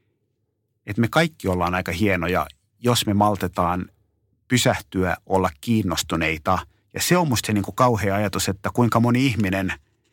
me kaikki ollaan aika hienoja, jos me maltetaan pysähtyä, olla kiinnostuneita. Ja se on musta se niin kuin kauhea ajatus, että kuinka moni ihminen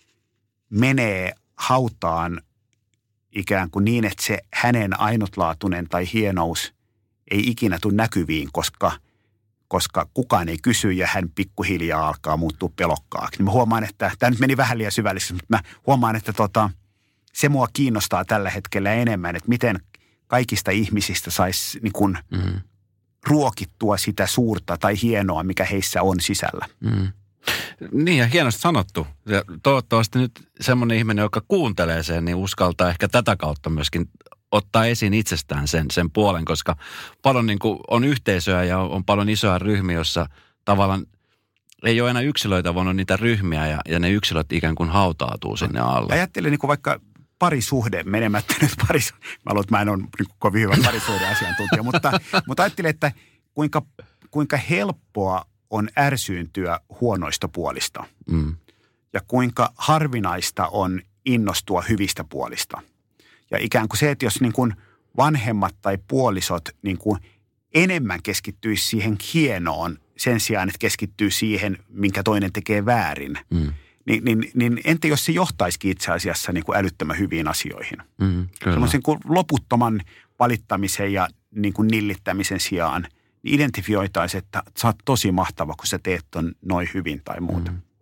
menee hautaan ikään kuin niin, että se hänen ainutlaatuinen tai hienous ei ikinä tule näkyviin, koska kukaan ei kysy ja hän pikkuhiljaa alkaa muuttua pelokkaaksi. Niin mä huomaan, että tämä nyt meni vähän liian syvällisesti, mutta mä huomaan, että se mua kiinnostaa tällä hetkellä enemmän, että miten kaikista ihmisistä saisi niin kuin ruokittua sitä suurta tai hienoa, mikä heissä on sisällä. Niin ja hienosti sanottu. Ja toivottavasti nyt semmoinen ihminen, joka kuuntelee sen, niin uskaltaa ehkä tätä kautta myöskin ottaa esiin itsestään sen puolen, koska paljon niin kuin on yhteisöä ja on paljon isoja ryhmiä, jossa tavallaan ei ole enää yksilöitä, vaan on niitä ryhmiä ja ne yksilöt ikään kuin hautautuu sinne alle. Ajattelen niin kuin vaikka parisuhde, menemättä nyt mä luulen, että mä en ole niin kovin hyvä parisuhdeasiantuntija, mutta ajattelen, että kuinka helppoa on ärsyyntyä huonoista puolista ja kuinka harvinaista on innostua hyvistä puolista. Ja ikään kuin se, että jos niin kuin vanhemmat tai puolisot niin kuin enemmän keskittyisi siihen hienoon sen sijaan, että keskittyy siihen, minkä toinen tekee väärin, niin entä jos se johtaisikin itse asiassa niin kuin älyttömän hyviin asioihin? Sellaisen kuin loputtoman valittamisen ja niin kuin nillittämisen sijaan niin identifioitaisiin, että sä oot tosi mahtava, kun sä teet ton noin hyvin tai muuta.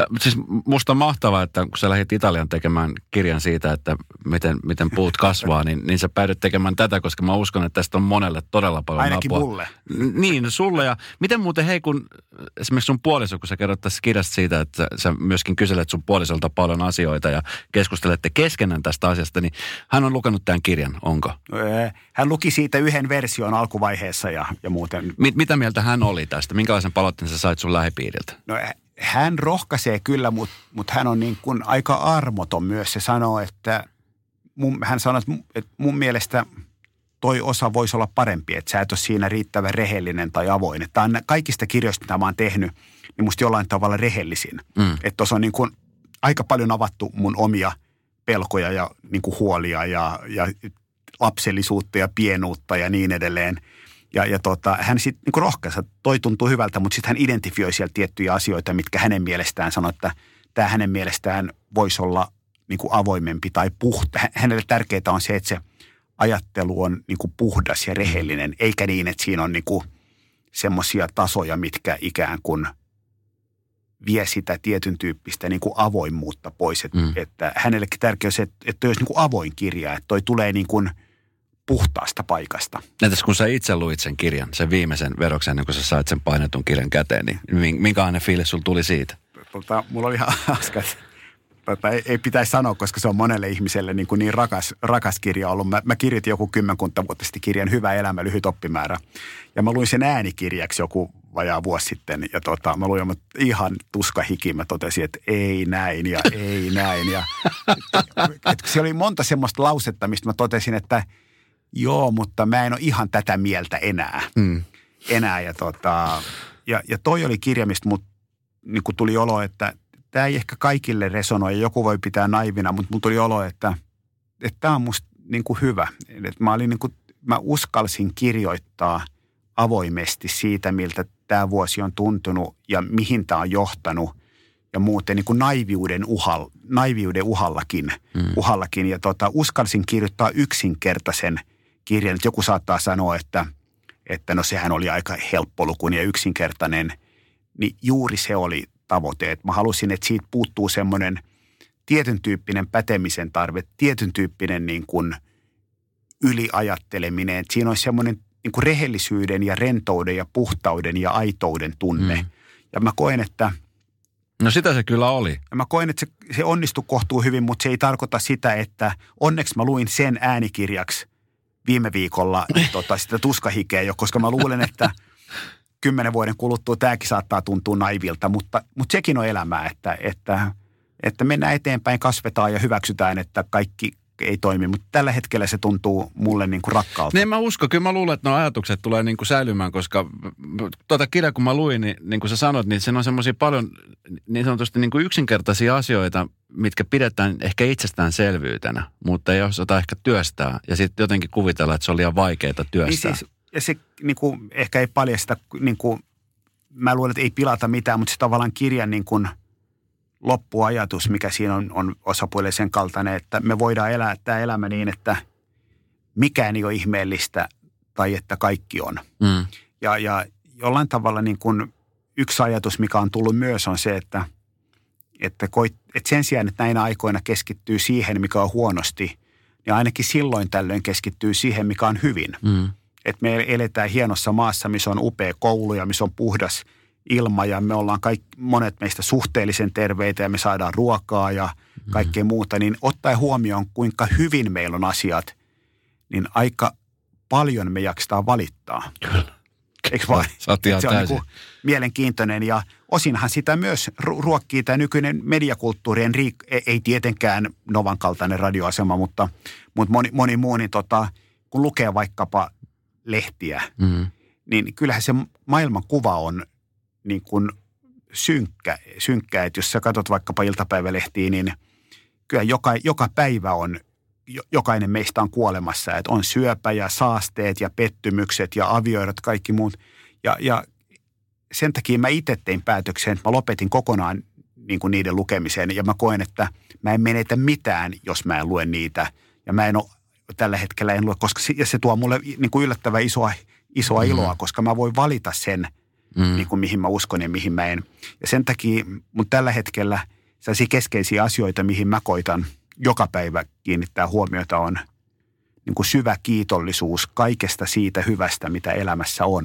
Siis musta on mahtavaa, että kun sä lähdit Italian tekemään kirjan siitä, että miten puut kasvaa, niin sä päädyt tekemään tätä, koska mä uskon, että tästä on monelle todella paljon ainakin apua. mulle. Niin, sulle. Ja miten muuten, hei, kun esimerkiksi sun puoliso, kun sä kerrot tässä kirjasta siitä, että sä myöskin kyselet sun puolisolta paljon asioita ja keskustelette keskenään tästä asiasta, niin hän on lukenut tämän kirjan, onko? Hän luki siitä yhden version alkuvaiheessa ja muuten. Mitä mieltä hän oli tästä? Minkälaisen palautteen sä sait sun lähipiiriltä? No, hän rohkaisee kyllä, mutta hän on niin kuin aika armoton myös. Se sanoo, että hän sanoo, että mun mielestä toi osa voisi olla parempi, että sä et ole siinä riittävän rehellinen tai avoin. Että kaikista kirjoista, mitä mä oon tehnyt, niin musta jollain tavalla rehellisin. Että tuossa on niin kuin aika paljon avattu mun omia pelkoja ja niin kuin huolia ja lapsellisuutta ja pienuutta ja niin edelleen. Ja hän sitten niin rohkaisi, että toi tuntuu hyvältä, mutta sitten hän identifioi siellä tiettyjä asioita, mitkä hänen mielestään sanoi, että tämä hänen mielestään voisi olla niin kuin avoimempi tai puhta. Hänelle tärkeää on se, että se ajattelu on niin kuin puhdas ja rehellinen, eikä niin, että siinä on niin kuin semmoisia tasoja, mitkä ikään kuin vie sitä tietyn tyyppistä niin kuin avoimuutta pois. Että hänellekin tärkeää on se, että olisi niin kuin avoin kirja, että toi tulee niin kuin puhtaasta paikasta. Entäs kun sä itse luit sen kirjan, sen viimeisen veroksen, ennen kuin sä sait sen painetun kirjan käteen, niin minkälainen fiilis sulla tuli siitä? Mulla oli ihan hauska, ei pitäisi sanoa, koska se on monelle ihmiselle niin rakas kirja ollut. Mä kirjoitin joku 10 vuotta sitten kirjan Hyvä elämä, lyhyt oppimäärä. Ja mä luin sen äänikirjaksi joku vajaa vuosi sitten. Ja mä luin ihan tuskahiki. Mä totesin, että ei näin ja ei näin. Ja, se oli monta semmoista lausetta, mistä mä totesin, että joo, mutta mä en ole ihan tätä mieltä enää. Ja toi oli kirja, mistä mut niin tuli olo, että tämä ei ehkä kaikille resonoi, joku voi pitää naivina, mutta mulla tuli olo, että tämä on musta niin kuin hyvä. Että mä uskalsin kirjoittaa avoimesti siitä, miltä tämä vuosi on tuntunut ja mihin tämä on johtanut ja muuten niin kuin naiviuden uhallakin. Ja uskalsin kirjoittaa yksinkertaisen kirjan. Että joku saattaa sanoa, että no sehän oli aika helppolukuinen ja yksinkertainen, niin juuri se oli tavoite. Että mä halusin, että siitä puuttuu semmoinen tietyn tyyppinen pätemisen tarve, tietyn tyyppinen niin kuin yliajatteleminen. Että siinä olisi semmoinen niin kuin rehellisyyden ja rentouden ja puhtauden ja aitouden tunne. Ja mä koen, että no sitä se kyllä oli. Mä koen, että se onnistui kohtuu hyvin, mutta se ei tarkoita sitä, että onneksi mä luin sen äänikirjaksi viime viikolla sitä tuskahikeä jo, koska mä luulen, että 10 vuoden kuluttua tämäkin saattaa tuntua naivilta, mutta sekin on elämää, että mennään eteenpäin, kasvetaan ja hyväksytään, että kaikki ei toimi, mutta tällä hetkellä se tuntuu mulle niin kuin rakkaalta. Niin mä uskon, kyllä mä luulen, että nuo ajatukset tulee niin kuin säilymään, koska kirjaa kun mä luin, niin kuin sä sanoit, niin siinä on semmoisia paljon niin sanotusti niin kuin yksinkertaisia asioita, mitkä pidetään ehkä itsestäänselvyytenä, mutta ei osata ehkä työstää ja sitten jotenkin kuvitella, että se on liian vaikeaa työstää. Niin siis, ja se niin kuin, ehkä ei paljasta, niin kuin, mä luulen, että ei pilata mitään, mutta se tavallaan kirjan niin kuin loppuajatus, mikä siinä on osapuolelle sen kaltainen, että me voidaan elää tämä elämä niin, että mikään ei ole ihmeellistä tai että kaikki on. Ja jollain tavalla niin kuin yksi ajatus, mikä on tullut myös, on se, että sen sijaan, että näinä aikoina keskittyy siihen, mikä on huonosti, niin ainakin silloin tällöin keskittyy siihen, mikä on hyvin. Että me eletään hienossa maassa, missä on upea koulu ja missä on puhdas ilma ja me ollaan monet meistä suhteellisen terveitä ja me saadaan ruokaa ja kaikkea muuta, niin ottaen huomioon, kuinka hyvin meillä on asiat, niin aika paljon me jaksetaan valittaa. Eikö vain? Se on niin kuin mielenkiintoinen ja osinhan sitä myös ruokkii tämä nykyinen mediakulttuuri. Ei tietenkään Novan kaltainen radioasema, mutta moni muu, niin kun lukee vaikkapa lehtiä, niin kyllähän se maailmankuva on niin kuin synkkä, että jos sä katsot vaikkapa iltapäivälehtiä, niin kyllä joka päivä on, jokainen meistä on kuolemassa, että on syöpä ja saasteet ja pettymykset ja avioerot, kaikki muut. Ja sen takia mä itse tein päätöksen, että mä lopetin kokonaan niin kuin niiden lukemiseen ja mä koen, että mä en menetä mitään, jos mä en lue niitä. Ja mä en ole, tällä hetkellä en lue, koska se tuo mulle niin kuin yllättävän isoa iloa, koska mä voin valita sen, niin kuin mihin mä uskon ja mihin mä en. Ja sen takia mun tällä hetkellä sellaisia keskeisiä asioita, mihin mä koitan joka päivä kiinnittää huomiota on niin kuin syvä kiitollisuus kaikesta siitä hyvästä, mitä elämässä on.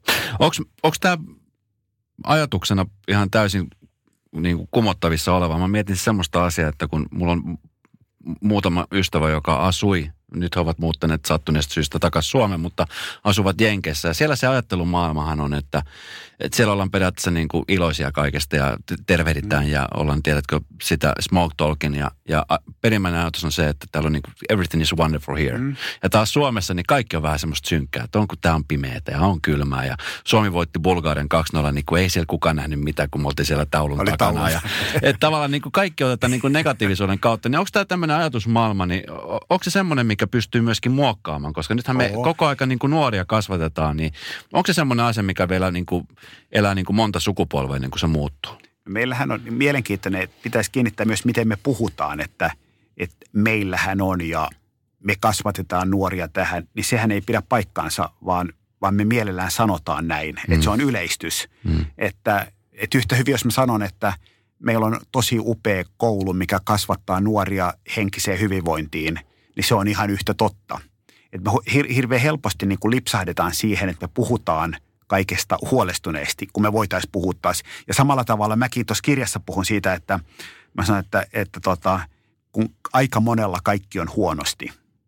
Onko tämä ajatuksena ihan täysin niin kuin kumottavissa oleva? Mä mietin semmoista asiaa, että kun mulla on muutama ystävä, joka asui, nyt he ovat muuttaneet sattuneesta syystä takaisin Suomeen, mutta asuvat Jenkeissä. Ja siellä se ajattelumaailmahan on, että siellä ollaan periaatteessa niin kuin iloisia kaikesta ja tervehditään ja ollaan, tiedätkö, sitä smoke talkin. Ja perimmäinen ajatus on se, että täällä on niin kuin everything is wonderful here. Ja taas Suomessa niin kaikki on vähän semmoista synkkää, että onko tämä on pimeätä ja on kylmää. Ja Suomi voitti Bulgarian 2-0, niin kuin ei siellä kukaan nähnyt mitään, kun me oltiin siellä taulun takana. Ja, että tavallaan niin kuin kaikki otetaan niin kuin negatiivisuuden kautta. Niin onko tämä tämmöinen ajatusmaailma, niin onko se semmoinen, mikä pystyy myöskin muokkaamaan? Koska nythän me koko aika niin kuin nuoria kasvatetaan, niin onko se semmoinen asia, mikä vielä niin kuin elää niin kuin monta sukupolvea, niin kuin se muuttuu? Meillähän on mielenkiintoinen, että pitäisi kiinnittää myös, miten me puhutaan, että meillähän on ja me kasvatetaan nuoria tähän, niin sehän ei pidä paikkaansa, vaan me mielellään sanotaan näin, että se on yleistys. Että yhtä hyvin, jos mä sanon, että meillä on tosi upea koulu, mikä kasvattaa nuoria henkiseen hyvinvointiin, niin se on ihan yhtä totta. Että me hirveän helposti niin kuin lipsahdetaan siihen, että me puhutaan kaikesta huolestuneesti, kun me voitaisiin puhua taas. Ja samalla tavalla mäkin tuossa kirjassa puhun siitä, että mä sanon, että kun aika monella kaikki on huonosti,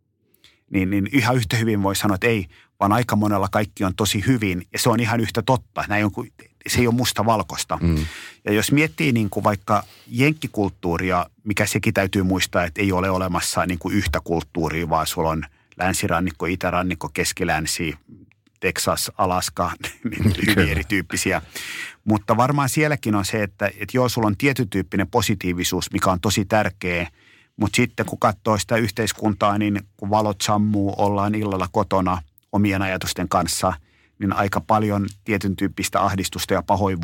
niin ihan yhtä hyvin voi sanoa, että ei, vaan aika monella kaikki on tosi hyvin ja se on ihan yhtä totta. Se ei ole mustavalkoista. Ja jos miettii niin kuin vaikka jenkkikulttuuria, mikä sekin täytyy muistaa, että ei ole olemassa niin kuin yhtä kulttuuria, vaan sulla on länsirannikko, itärannikko, keskilänsi, Texas, Alaska, hyvin erityyppisiä. Mutta varmaan sielläkin on se, että joo, sulla on tietyn tyyppinen positiivisuus, mikä on tosi tärkeä, mutta sitten kun katsoo sitä yhteiskuntaa, niin kun valot sammuu, ollaan illalla kotona omien ajatusten kanssa, niin aika paljon tietyn tyyppistä ahdistusta ja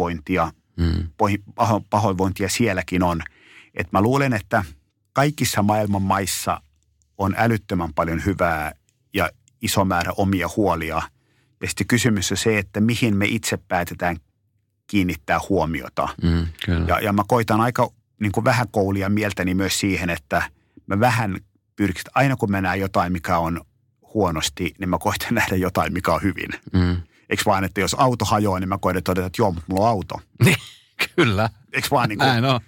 pahoinvointia sielläkin on. Et mä luulen, että kaikissa maailman maissa on älyttömän paljon hyvää ja iso määrä omia huolia. Ja sitten kysymys on se, että mihin me itse päätetään kiinnittää huomiota. Ja mä koitan aika niin kuin vähän koulia mieltäni myös siihen, että mä vähän pyrkistä, aina kun mä näen jotain, mikä on huonosti, niin mä koitan nähdä jotain, mikä on hyvin. Eikö vaan, että jos auto hajoaa, niin mä koitan todeta, että joo, mutta mulla on auto. Kyllä. Eikö vaan niin kuin, näin on.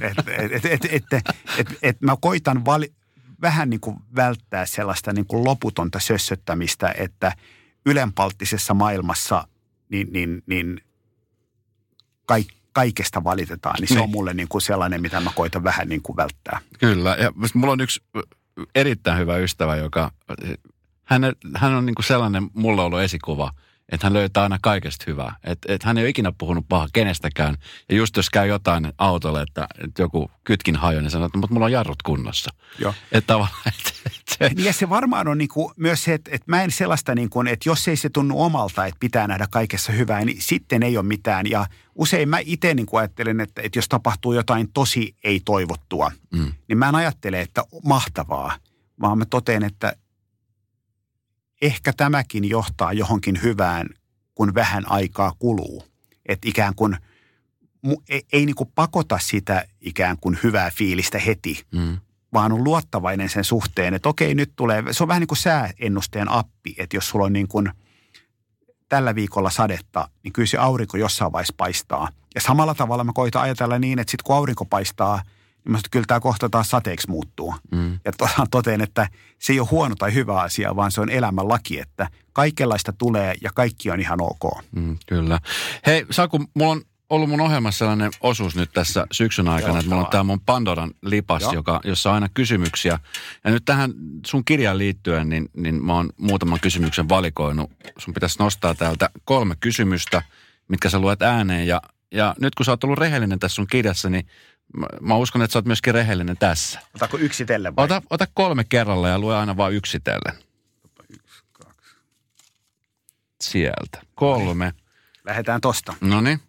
että mä koitan vähän niin kuin välttää sellaista niin kuin loputonta sössöttämistä, että ylenpalttisessa maailmassa niin kaikesta valitetaan. Niin se on mulle niin kuin sellainen, mitä mä koitan vähän niin kuin välttää. Kyllä. Ja mulla on yksi erittäin hyvä ystävä, joka, hän on niin kuin sellainen mulla ollut esikuva, että hän löytää aina kaikesta hyvää. Että hän ei ole ikinä puhunut pahaa kenestäkään. Ja just jos käy jotain autolle, että joku kytkin hajo, niin sanoo, että mutta mulla on jarrut kunnossa. Joo. Että tavallaan, ja se varmaan on niinku myös se, että mä en sellaista, niinku, että jos ei se tunnu omalta, että pitää nähdä kaikessa hyvää, niin sitten ei ole mitään. Ja usein mä itse niinku ajattelen, että jos tapahtuu jotain tosi ei-toivottua, niin mä en ajattele, että mahtavaa, vaan mä totean, että ehkä tämäkin johtaa johonkin hyvään, kun vähän aikaa kuluu. Että ikään kuin ei niinku pakota sitä ikään kuin hyvää fiilistä heti, vaan on luottavainen sen suhteen, että okei, nyt tulee, se on vähän niin kuin sääennusteen appi, että jos sulla on niin kuin tällä viikolla sadetta, niin kyllä se aurinko jossain vaiheessa paistaa. Ja samalla tavalla mä koitan ajatella niin, että sitten kun aurinko paistaa, niin mä kyllä tämä kohta taas sateeksi muuttuu. Ja totean, että se ei ole huono tai hyvä asia, vaan se on elämän laki, että kaikenlaista tulee ja kaikki on ihan ok. Kyllä. Hei Saku, mulla on ollut mun ohjelmassa sellainen osuus nyt tässä syksyn aikana, että mulla on tää mun Pandoran lipas, jossa on aina kysymyksiä. Ja nyt tähän sun kirjaan liittyen, niin mä oon muutaman kysymyksen valikoinut. Sun pitäisi nostaa täältä 3 kysymystä, mitkä sä luet ääneen. Ja nyt kun sä oot ollut rehellinen tässä sun kirjassa, niin mä uskon, että sä oot myöskin rehellinen tässä. Otatko yksitellen vai? Ota 3 kerralla ja lue aina vaan yksitellen. 1, 2. Sieltä. 3. Lähdetään tosta. Noniin.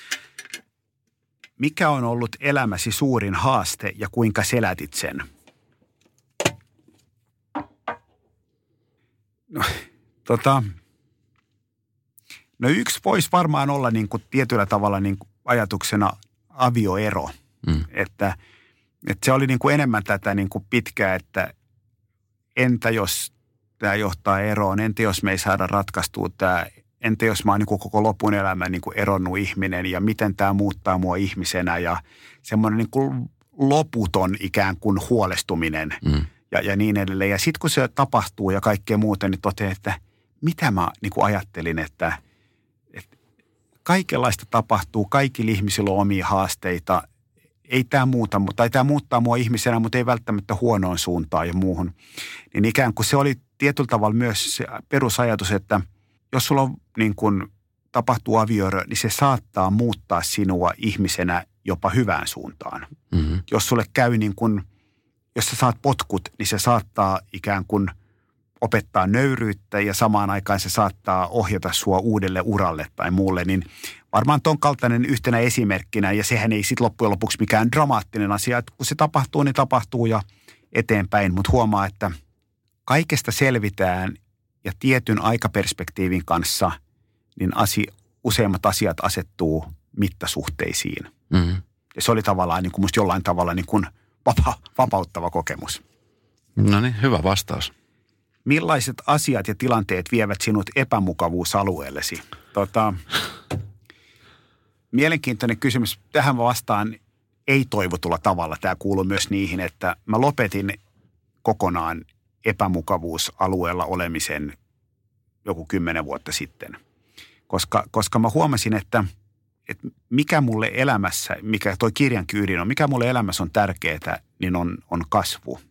Mikä on ollut elämäsi suurin haaste ja kuinka selätit sen? No, No yksi voisi varmaan olla niin kuin tietyllä tavalla niin kuin ajatuksena avioero. Että se oli niin kuin enemmän tätä niin kuin pitkää, että entä jos tämä johtaa eroon, entä jos me ei saada ratkaistua tämä, entä jos mä oon niin kuin koko lopun elämän niin kuin eronnut ihminen ja miten tämä muuttaa mua ihmisenä ja semmoinen niin kuin loputon ikään kuin huolestuminen ja niin edelleen. Ja sitten kun se tapahtuu ja kaikkea muuta, niin totean, että mitä mä niin kuin ajattelin, että kaikenlaista tapahtuu, kaikilla ihmisillä on omia haasteita. Ei tämä muuta, tai tämä muuttaa mua ihmisenä, mutta ei välttämättä huonoon suuntaan ja muuhun. Niin ikään kuin se oli tietyllä tavalla myös se perusajatus, että jos sulla on niin kuin tapahtuu avioero, niin se saattaa muuttaa sinua ihmisenä jopa hyvään suuntaan. Mm-hmm. Jos sulle käy niin kuin, jos sä saat potkut, niin se saattaa ikään kuin opettaa nöyryyttä ja samaan aikaan se saattaa ohjata sua uudelle uralle tai muulle, niin varmaan ton kaltainen yhtenä esimerkkinä, ja sehän ei sitten loppujen lopuksi mikään dramaattinen asia, että kun se tapahtuu, niin tapahtuu ja eteenpäin, mutta huomaa, että kaikesta selvitään ja tietyn aikaperspektiivin kanssa, niin useimmat asiat asettuu mittasuhteisiin. Mm-hmm. Ja se oli tavallaan niin kuin musta jollain tavalla niin kuin vapauttava kokemus. No niin, hyvä vastaus. Millaiset asiat ja tilanteet vievät sinut epämukavuusalueellesi? Mielenkiintoinen kysymys. Tähän vastaan ei-toivotulla tavalla. Tämä kuuluu myös niihin, että mä lopetin kokonaan epämukavuusalueella olemisen joku 10 vuotta sitten. Koska mä huomasin, että mikä mulle elämässä, mikä toi kirjankin ydin on, mikä mulle elämässä on tärkeää, niin on kasvu.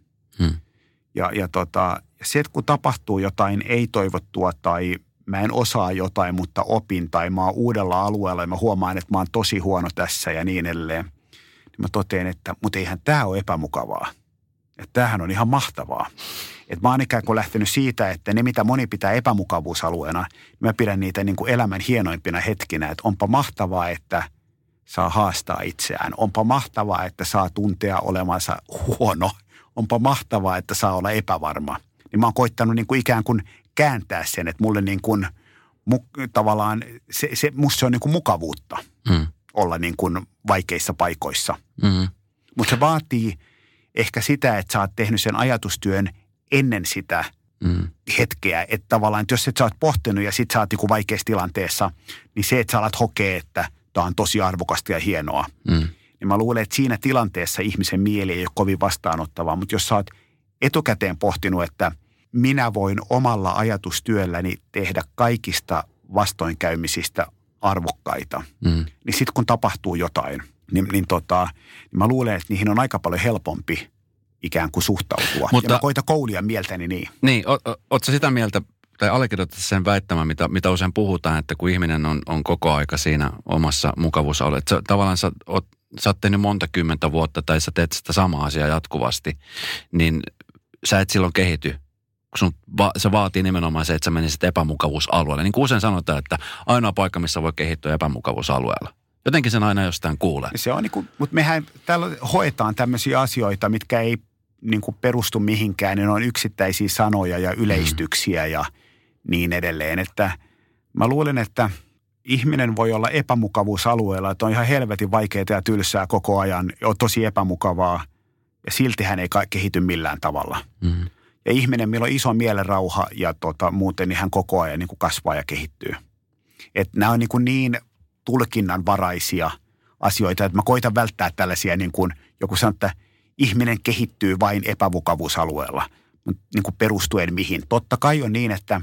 Ja se, että kun tapahtuu jotain ei-toivottua tai mä en osaa jotain, mutta opin tai mä oon uudella alueella ja mä huomaan, että mä oon tosi huono tässä ja niin edelleen, niin mä totean, että mutta eihän tää ole epämukavaa. Että tämähän on ihan mahtavaa. Että mä oon ikään kuin lähtenyt siitä, että ne mitä moni pitää epämukavuusalueena, niin mä pidän niitä niin kuin elämän hienoimpina hetkinä. Että onpa mahtavaa, että saa haastaa itseään. Onpa mahtavaa, että saa tuntea olemansa huono. Onpa mahtavaa, että saa olla epävarma. Niin mä oon koittanut niin kuin ikään kuin kääntää sen, että mulle niin kuin tavallaan musta se on niin kuin mukavuutta olla niin kuin vaikeissa paikoissa. Mutta se vaatii ehkä sitä, että sä oot tehnyt sen ajatustyön ennen sitä hetkeä. Että tavallaan, että jos et sä oot pohtinut ja sit sä oot niin vaikeassa tilanteessa, niin se, että sä alat hokea, että tää on tosi arvokasta ja hienoa. Niin mä luulen, että siinä tilanteessa ihmisen mieli ei ole kovin vastaanottavaa. Mutta jos sä oot etukäteen pohtinut, että minä voin omalla ajatustyölläni tehdä kaikista vastoinkäymisistä arvokkaita, niin sitten kun tapahtuu jotain, niin mä luulen, että niihin on aika paljon helpompi ikään kuin suhtautua. Mutta, ja mä koitan koulia mieltäni niin. Niin, ootko sä sitä mieltä, tai allekirjoitat sen väittämän, mitä usein puhutaan, että kun ihminen on koko aika siinä omassa mukavuusalueessa, tavallaan sä oot tehnyt monta kymmentä vuotta tai sä teet sitä samaa asiaa jatkuvasti, niin sä et silloin kehity. Se vaatii nimenomaan se, että sä menisit epämukavuusalueelle. Niin kuin usein sanotaan, että ainoa paikka, missä voi kehittyä epämukavuusalueella. Jotenkin sen aina jostain kuulee. Se on niin kuin, mutta mehän täällä hoetaan tämmöisiä asioita, mitkä ei niin kuin perustu mihinkään. Ne on yksittäisiä sanoja ja yleistyksiä ja niin edelleen. Että mä luulen, että ihminen voi olla epämukavuusalueella, että on ihan helvetin vaikeaa ja tylsää koko ajan, on tosi epämukavaa ja silti hän ei kehity millään tavalla. Ja ihminen, millä on iso mielenrauha ja muuten, niin hän koko ajan niin kuin kasvaa ja kehittyy. Että nämä on niin tulkinnanvaraisia asioita, että mä koitan välttää tällaisia, niin kuin joku sanoo, että ihminen kehittyy vain epämukavuusalueella, niin kuin perustuen mihin. Totta kai on niin, että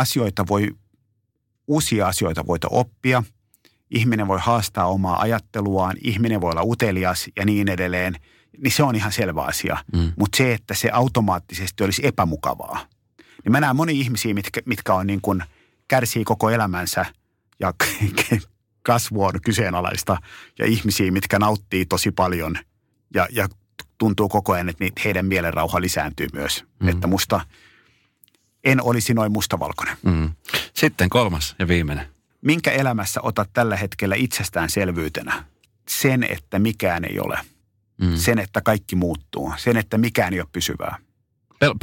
uusia asioita voita oppia, ihminen voi haastaa omaa ajatteluaan, ihminen voi olla utelias ja niin edelleen, niin se on ihan selvä asia. Mutta se, että se automaattisesti olisi epämukavaa. Niin mä näen monia ihmisiä, mitkä on niin kuin kärsii koko elämänsä ja kasvu on kyseenalaista ja ihmisiä, mitkä nauttii tosi paljon ja tuntuu koko ajan, että heidän mielenrauha lisääntyy myös. Että en olisi noin mustavalkoinen. Sitten 3. ja viimeinen. Minkä elämässä otat tällä hetkellä itsestäänselvyytenä? Sen, että mikään ei ole. Sen, että kaikki muuttuu. Sen, että mikään ei ole pysyvää.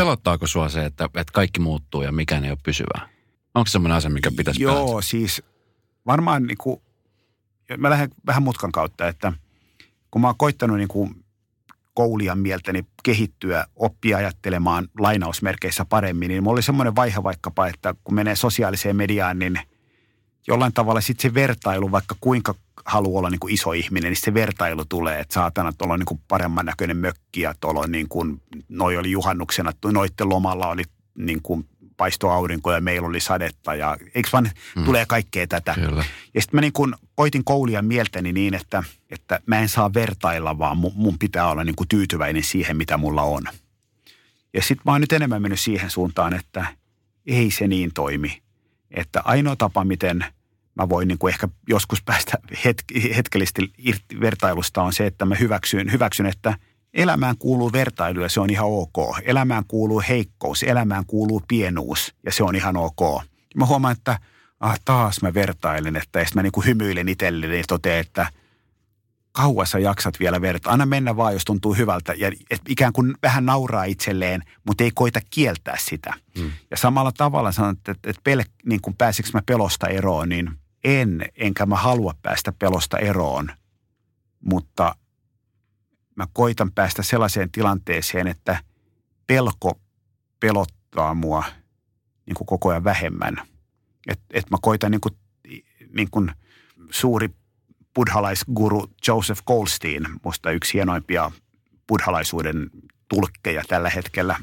Pelottaako sua se, että kaikki muuttuu ja mikään ei ole pysyvää? Onko se semmoinen asia, mikä pitäisi Joo, siis Varmaan niin kuin, mä lähden vähän mutkan kautta, että kun mä oon koittanut niin kuin koulian mieltäni kehittyä, oppia ajattelemaan lainausmerkeissä paremmin, niin mulla oli semmoinen vaihe vaikkapa, että kun menee sosiaaliseen mediaan, niin jollain tavalla sitten se vertailu, vaikka kuinka haluaa olla niin kuin iso ihminen, niin se vertailu tulee, että saatana, tuolla on niin kuin paremman näköinen mökki ja tuolla on niin kuin, noi oli juhannuksena, noitten lomalla oli niin kuin paistoi aurinko ja meillä oli sadetta ja eikö vaan tulee kaikkea tätä. Kyllä. Ja sitten mä niin kuin koitin koulia mieltäni niin, että mä en saa vertailla, vaan mun pitää olla niin kuin tyytyväinen siihen, mitä mulla on. Ja sitten mä oon nyt enemmän mennyt siihen suuntaan, että ei se niin toimi. Että ainoa tapa, miten mä voin niin kuin ehkä joskus päästä hetkellisesti vertailusta on se, että mä hyväksyn, että elämään kuuluu vertailu ja se on ihan ok. Elämään kuuluu heikkous, elämään kuuluu pienuus ja se on ihan ok. Mä huomaan, että taas mä vertailen, että ja sitten mä niin kuin hymyilen itselleni ja totean, että kauan sä jaksat vielä vertailla. Anna mennä vaan, jos tuntuu hyvältä ja ikään kuin vähän nauraa itselleen, mutta ei koita kieltää sitä. Ja samalla tavalla sanon, että niin kuin pääsikö mä pelosta eroon, niin enkä mä halua päästä pelosta eroon, mutta mä koitan päästä sellaiseen tilanteeseen, että pelko pelottaa mua niin kuin koko ajan vähemmän. Että mä koitan niin kuin suuri buddhalaisguru Joseph Goldstein, musta yksi hienoimpia buddhalaisuuden tulkkeja tällä hetkellä,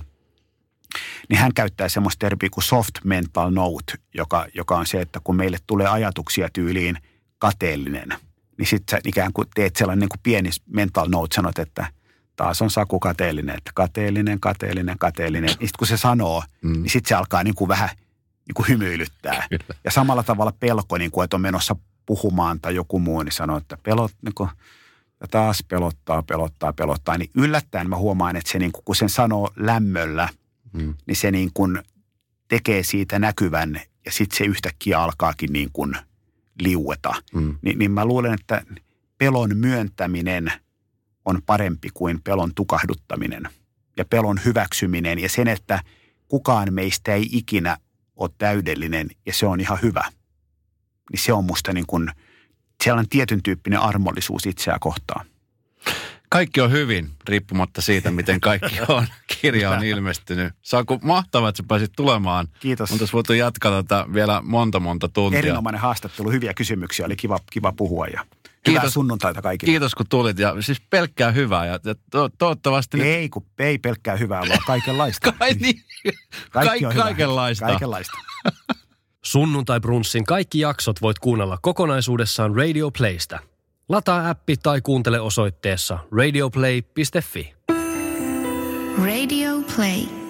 niin hän käyttää semmoista termiä kuin soft mental note, joka on se, että kun meille tulee ajatuksia tyyliin kateellinen, niin sitten sä ikään kuin teet sellainen niin kuin pieni mental note, sanot, että taas on Saku kateellinen, että kateellinen. Ja sitten kun se sanoo, niin sitten se alkaa niin kuin vähän niin kuin hymyilyttää. Kyllä. Ja samalla tavalla pelko, niin kuin, että on menossa puhumaan tai joku muu, niin sanoo, että niin kuin, ja taas pelottaa. Niin yllättäen mä huomaan, että se niin kuin, kun sen sanoo lämmöllä, niin se niin kuin tekee siitä näkyvän ja sitten se yhtäkkiä alkaakin niin kuin liueta. Niin mä luulen, että pelon myöntäminen on parempi kuin pelon tukahduttaminen ja pelon hyväksyminen ja sen, että kukaan meistä ei ikinä ole täydellinen ja se on ihan hyvä. Niin se on musta niin kuin sellainen tietyn tyyppinen armollisuus itseä kohtaan. Kaikki on hyvin, riippumatta siitä, miten kaikki on. Kirja on ilmestynyt. Saku, mahtavaa, että sä pääsit tulemaan. Kiitos. On tässä voitu jatkaa tätä vielä monta tuntia. Erinomainen haastattelu, hyviä kysymyksiä, oli kiva puhua ja hyvää sunnuntaita kaikille. Kiitos, kun tulit ja siis pelkkää hyvää ja toivottavasti ei pelkkää hyvää, vaan kaikenlaista. Kaikki on kaikenlaista. Kaikenlaista. Sunnuntai-brunssin kaikki jaksot voit kuunnella kokonaisuudessaan Radio Playstä. Lataa appi tai kuuntele osoitteessa radioplay.fi. Radio Play.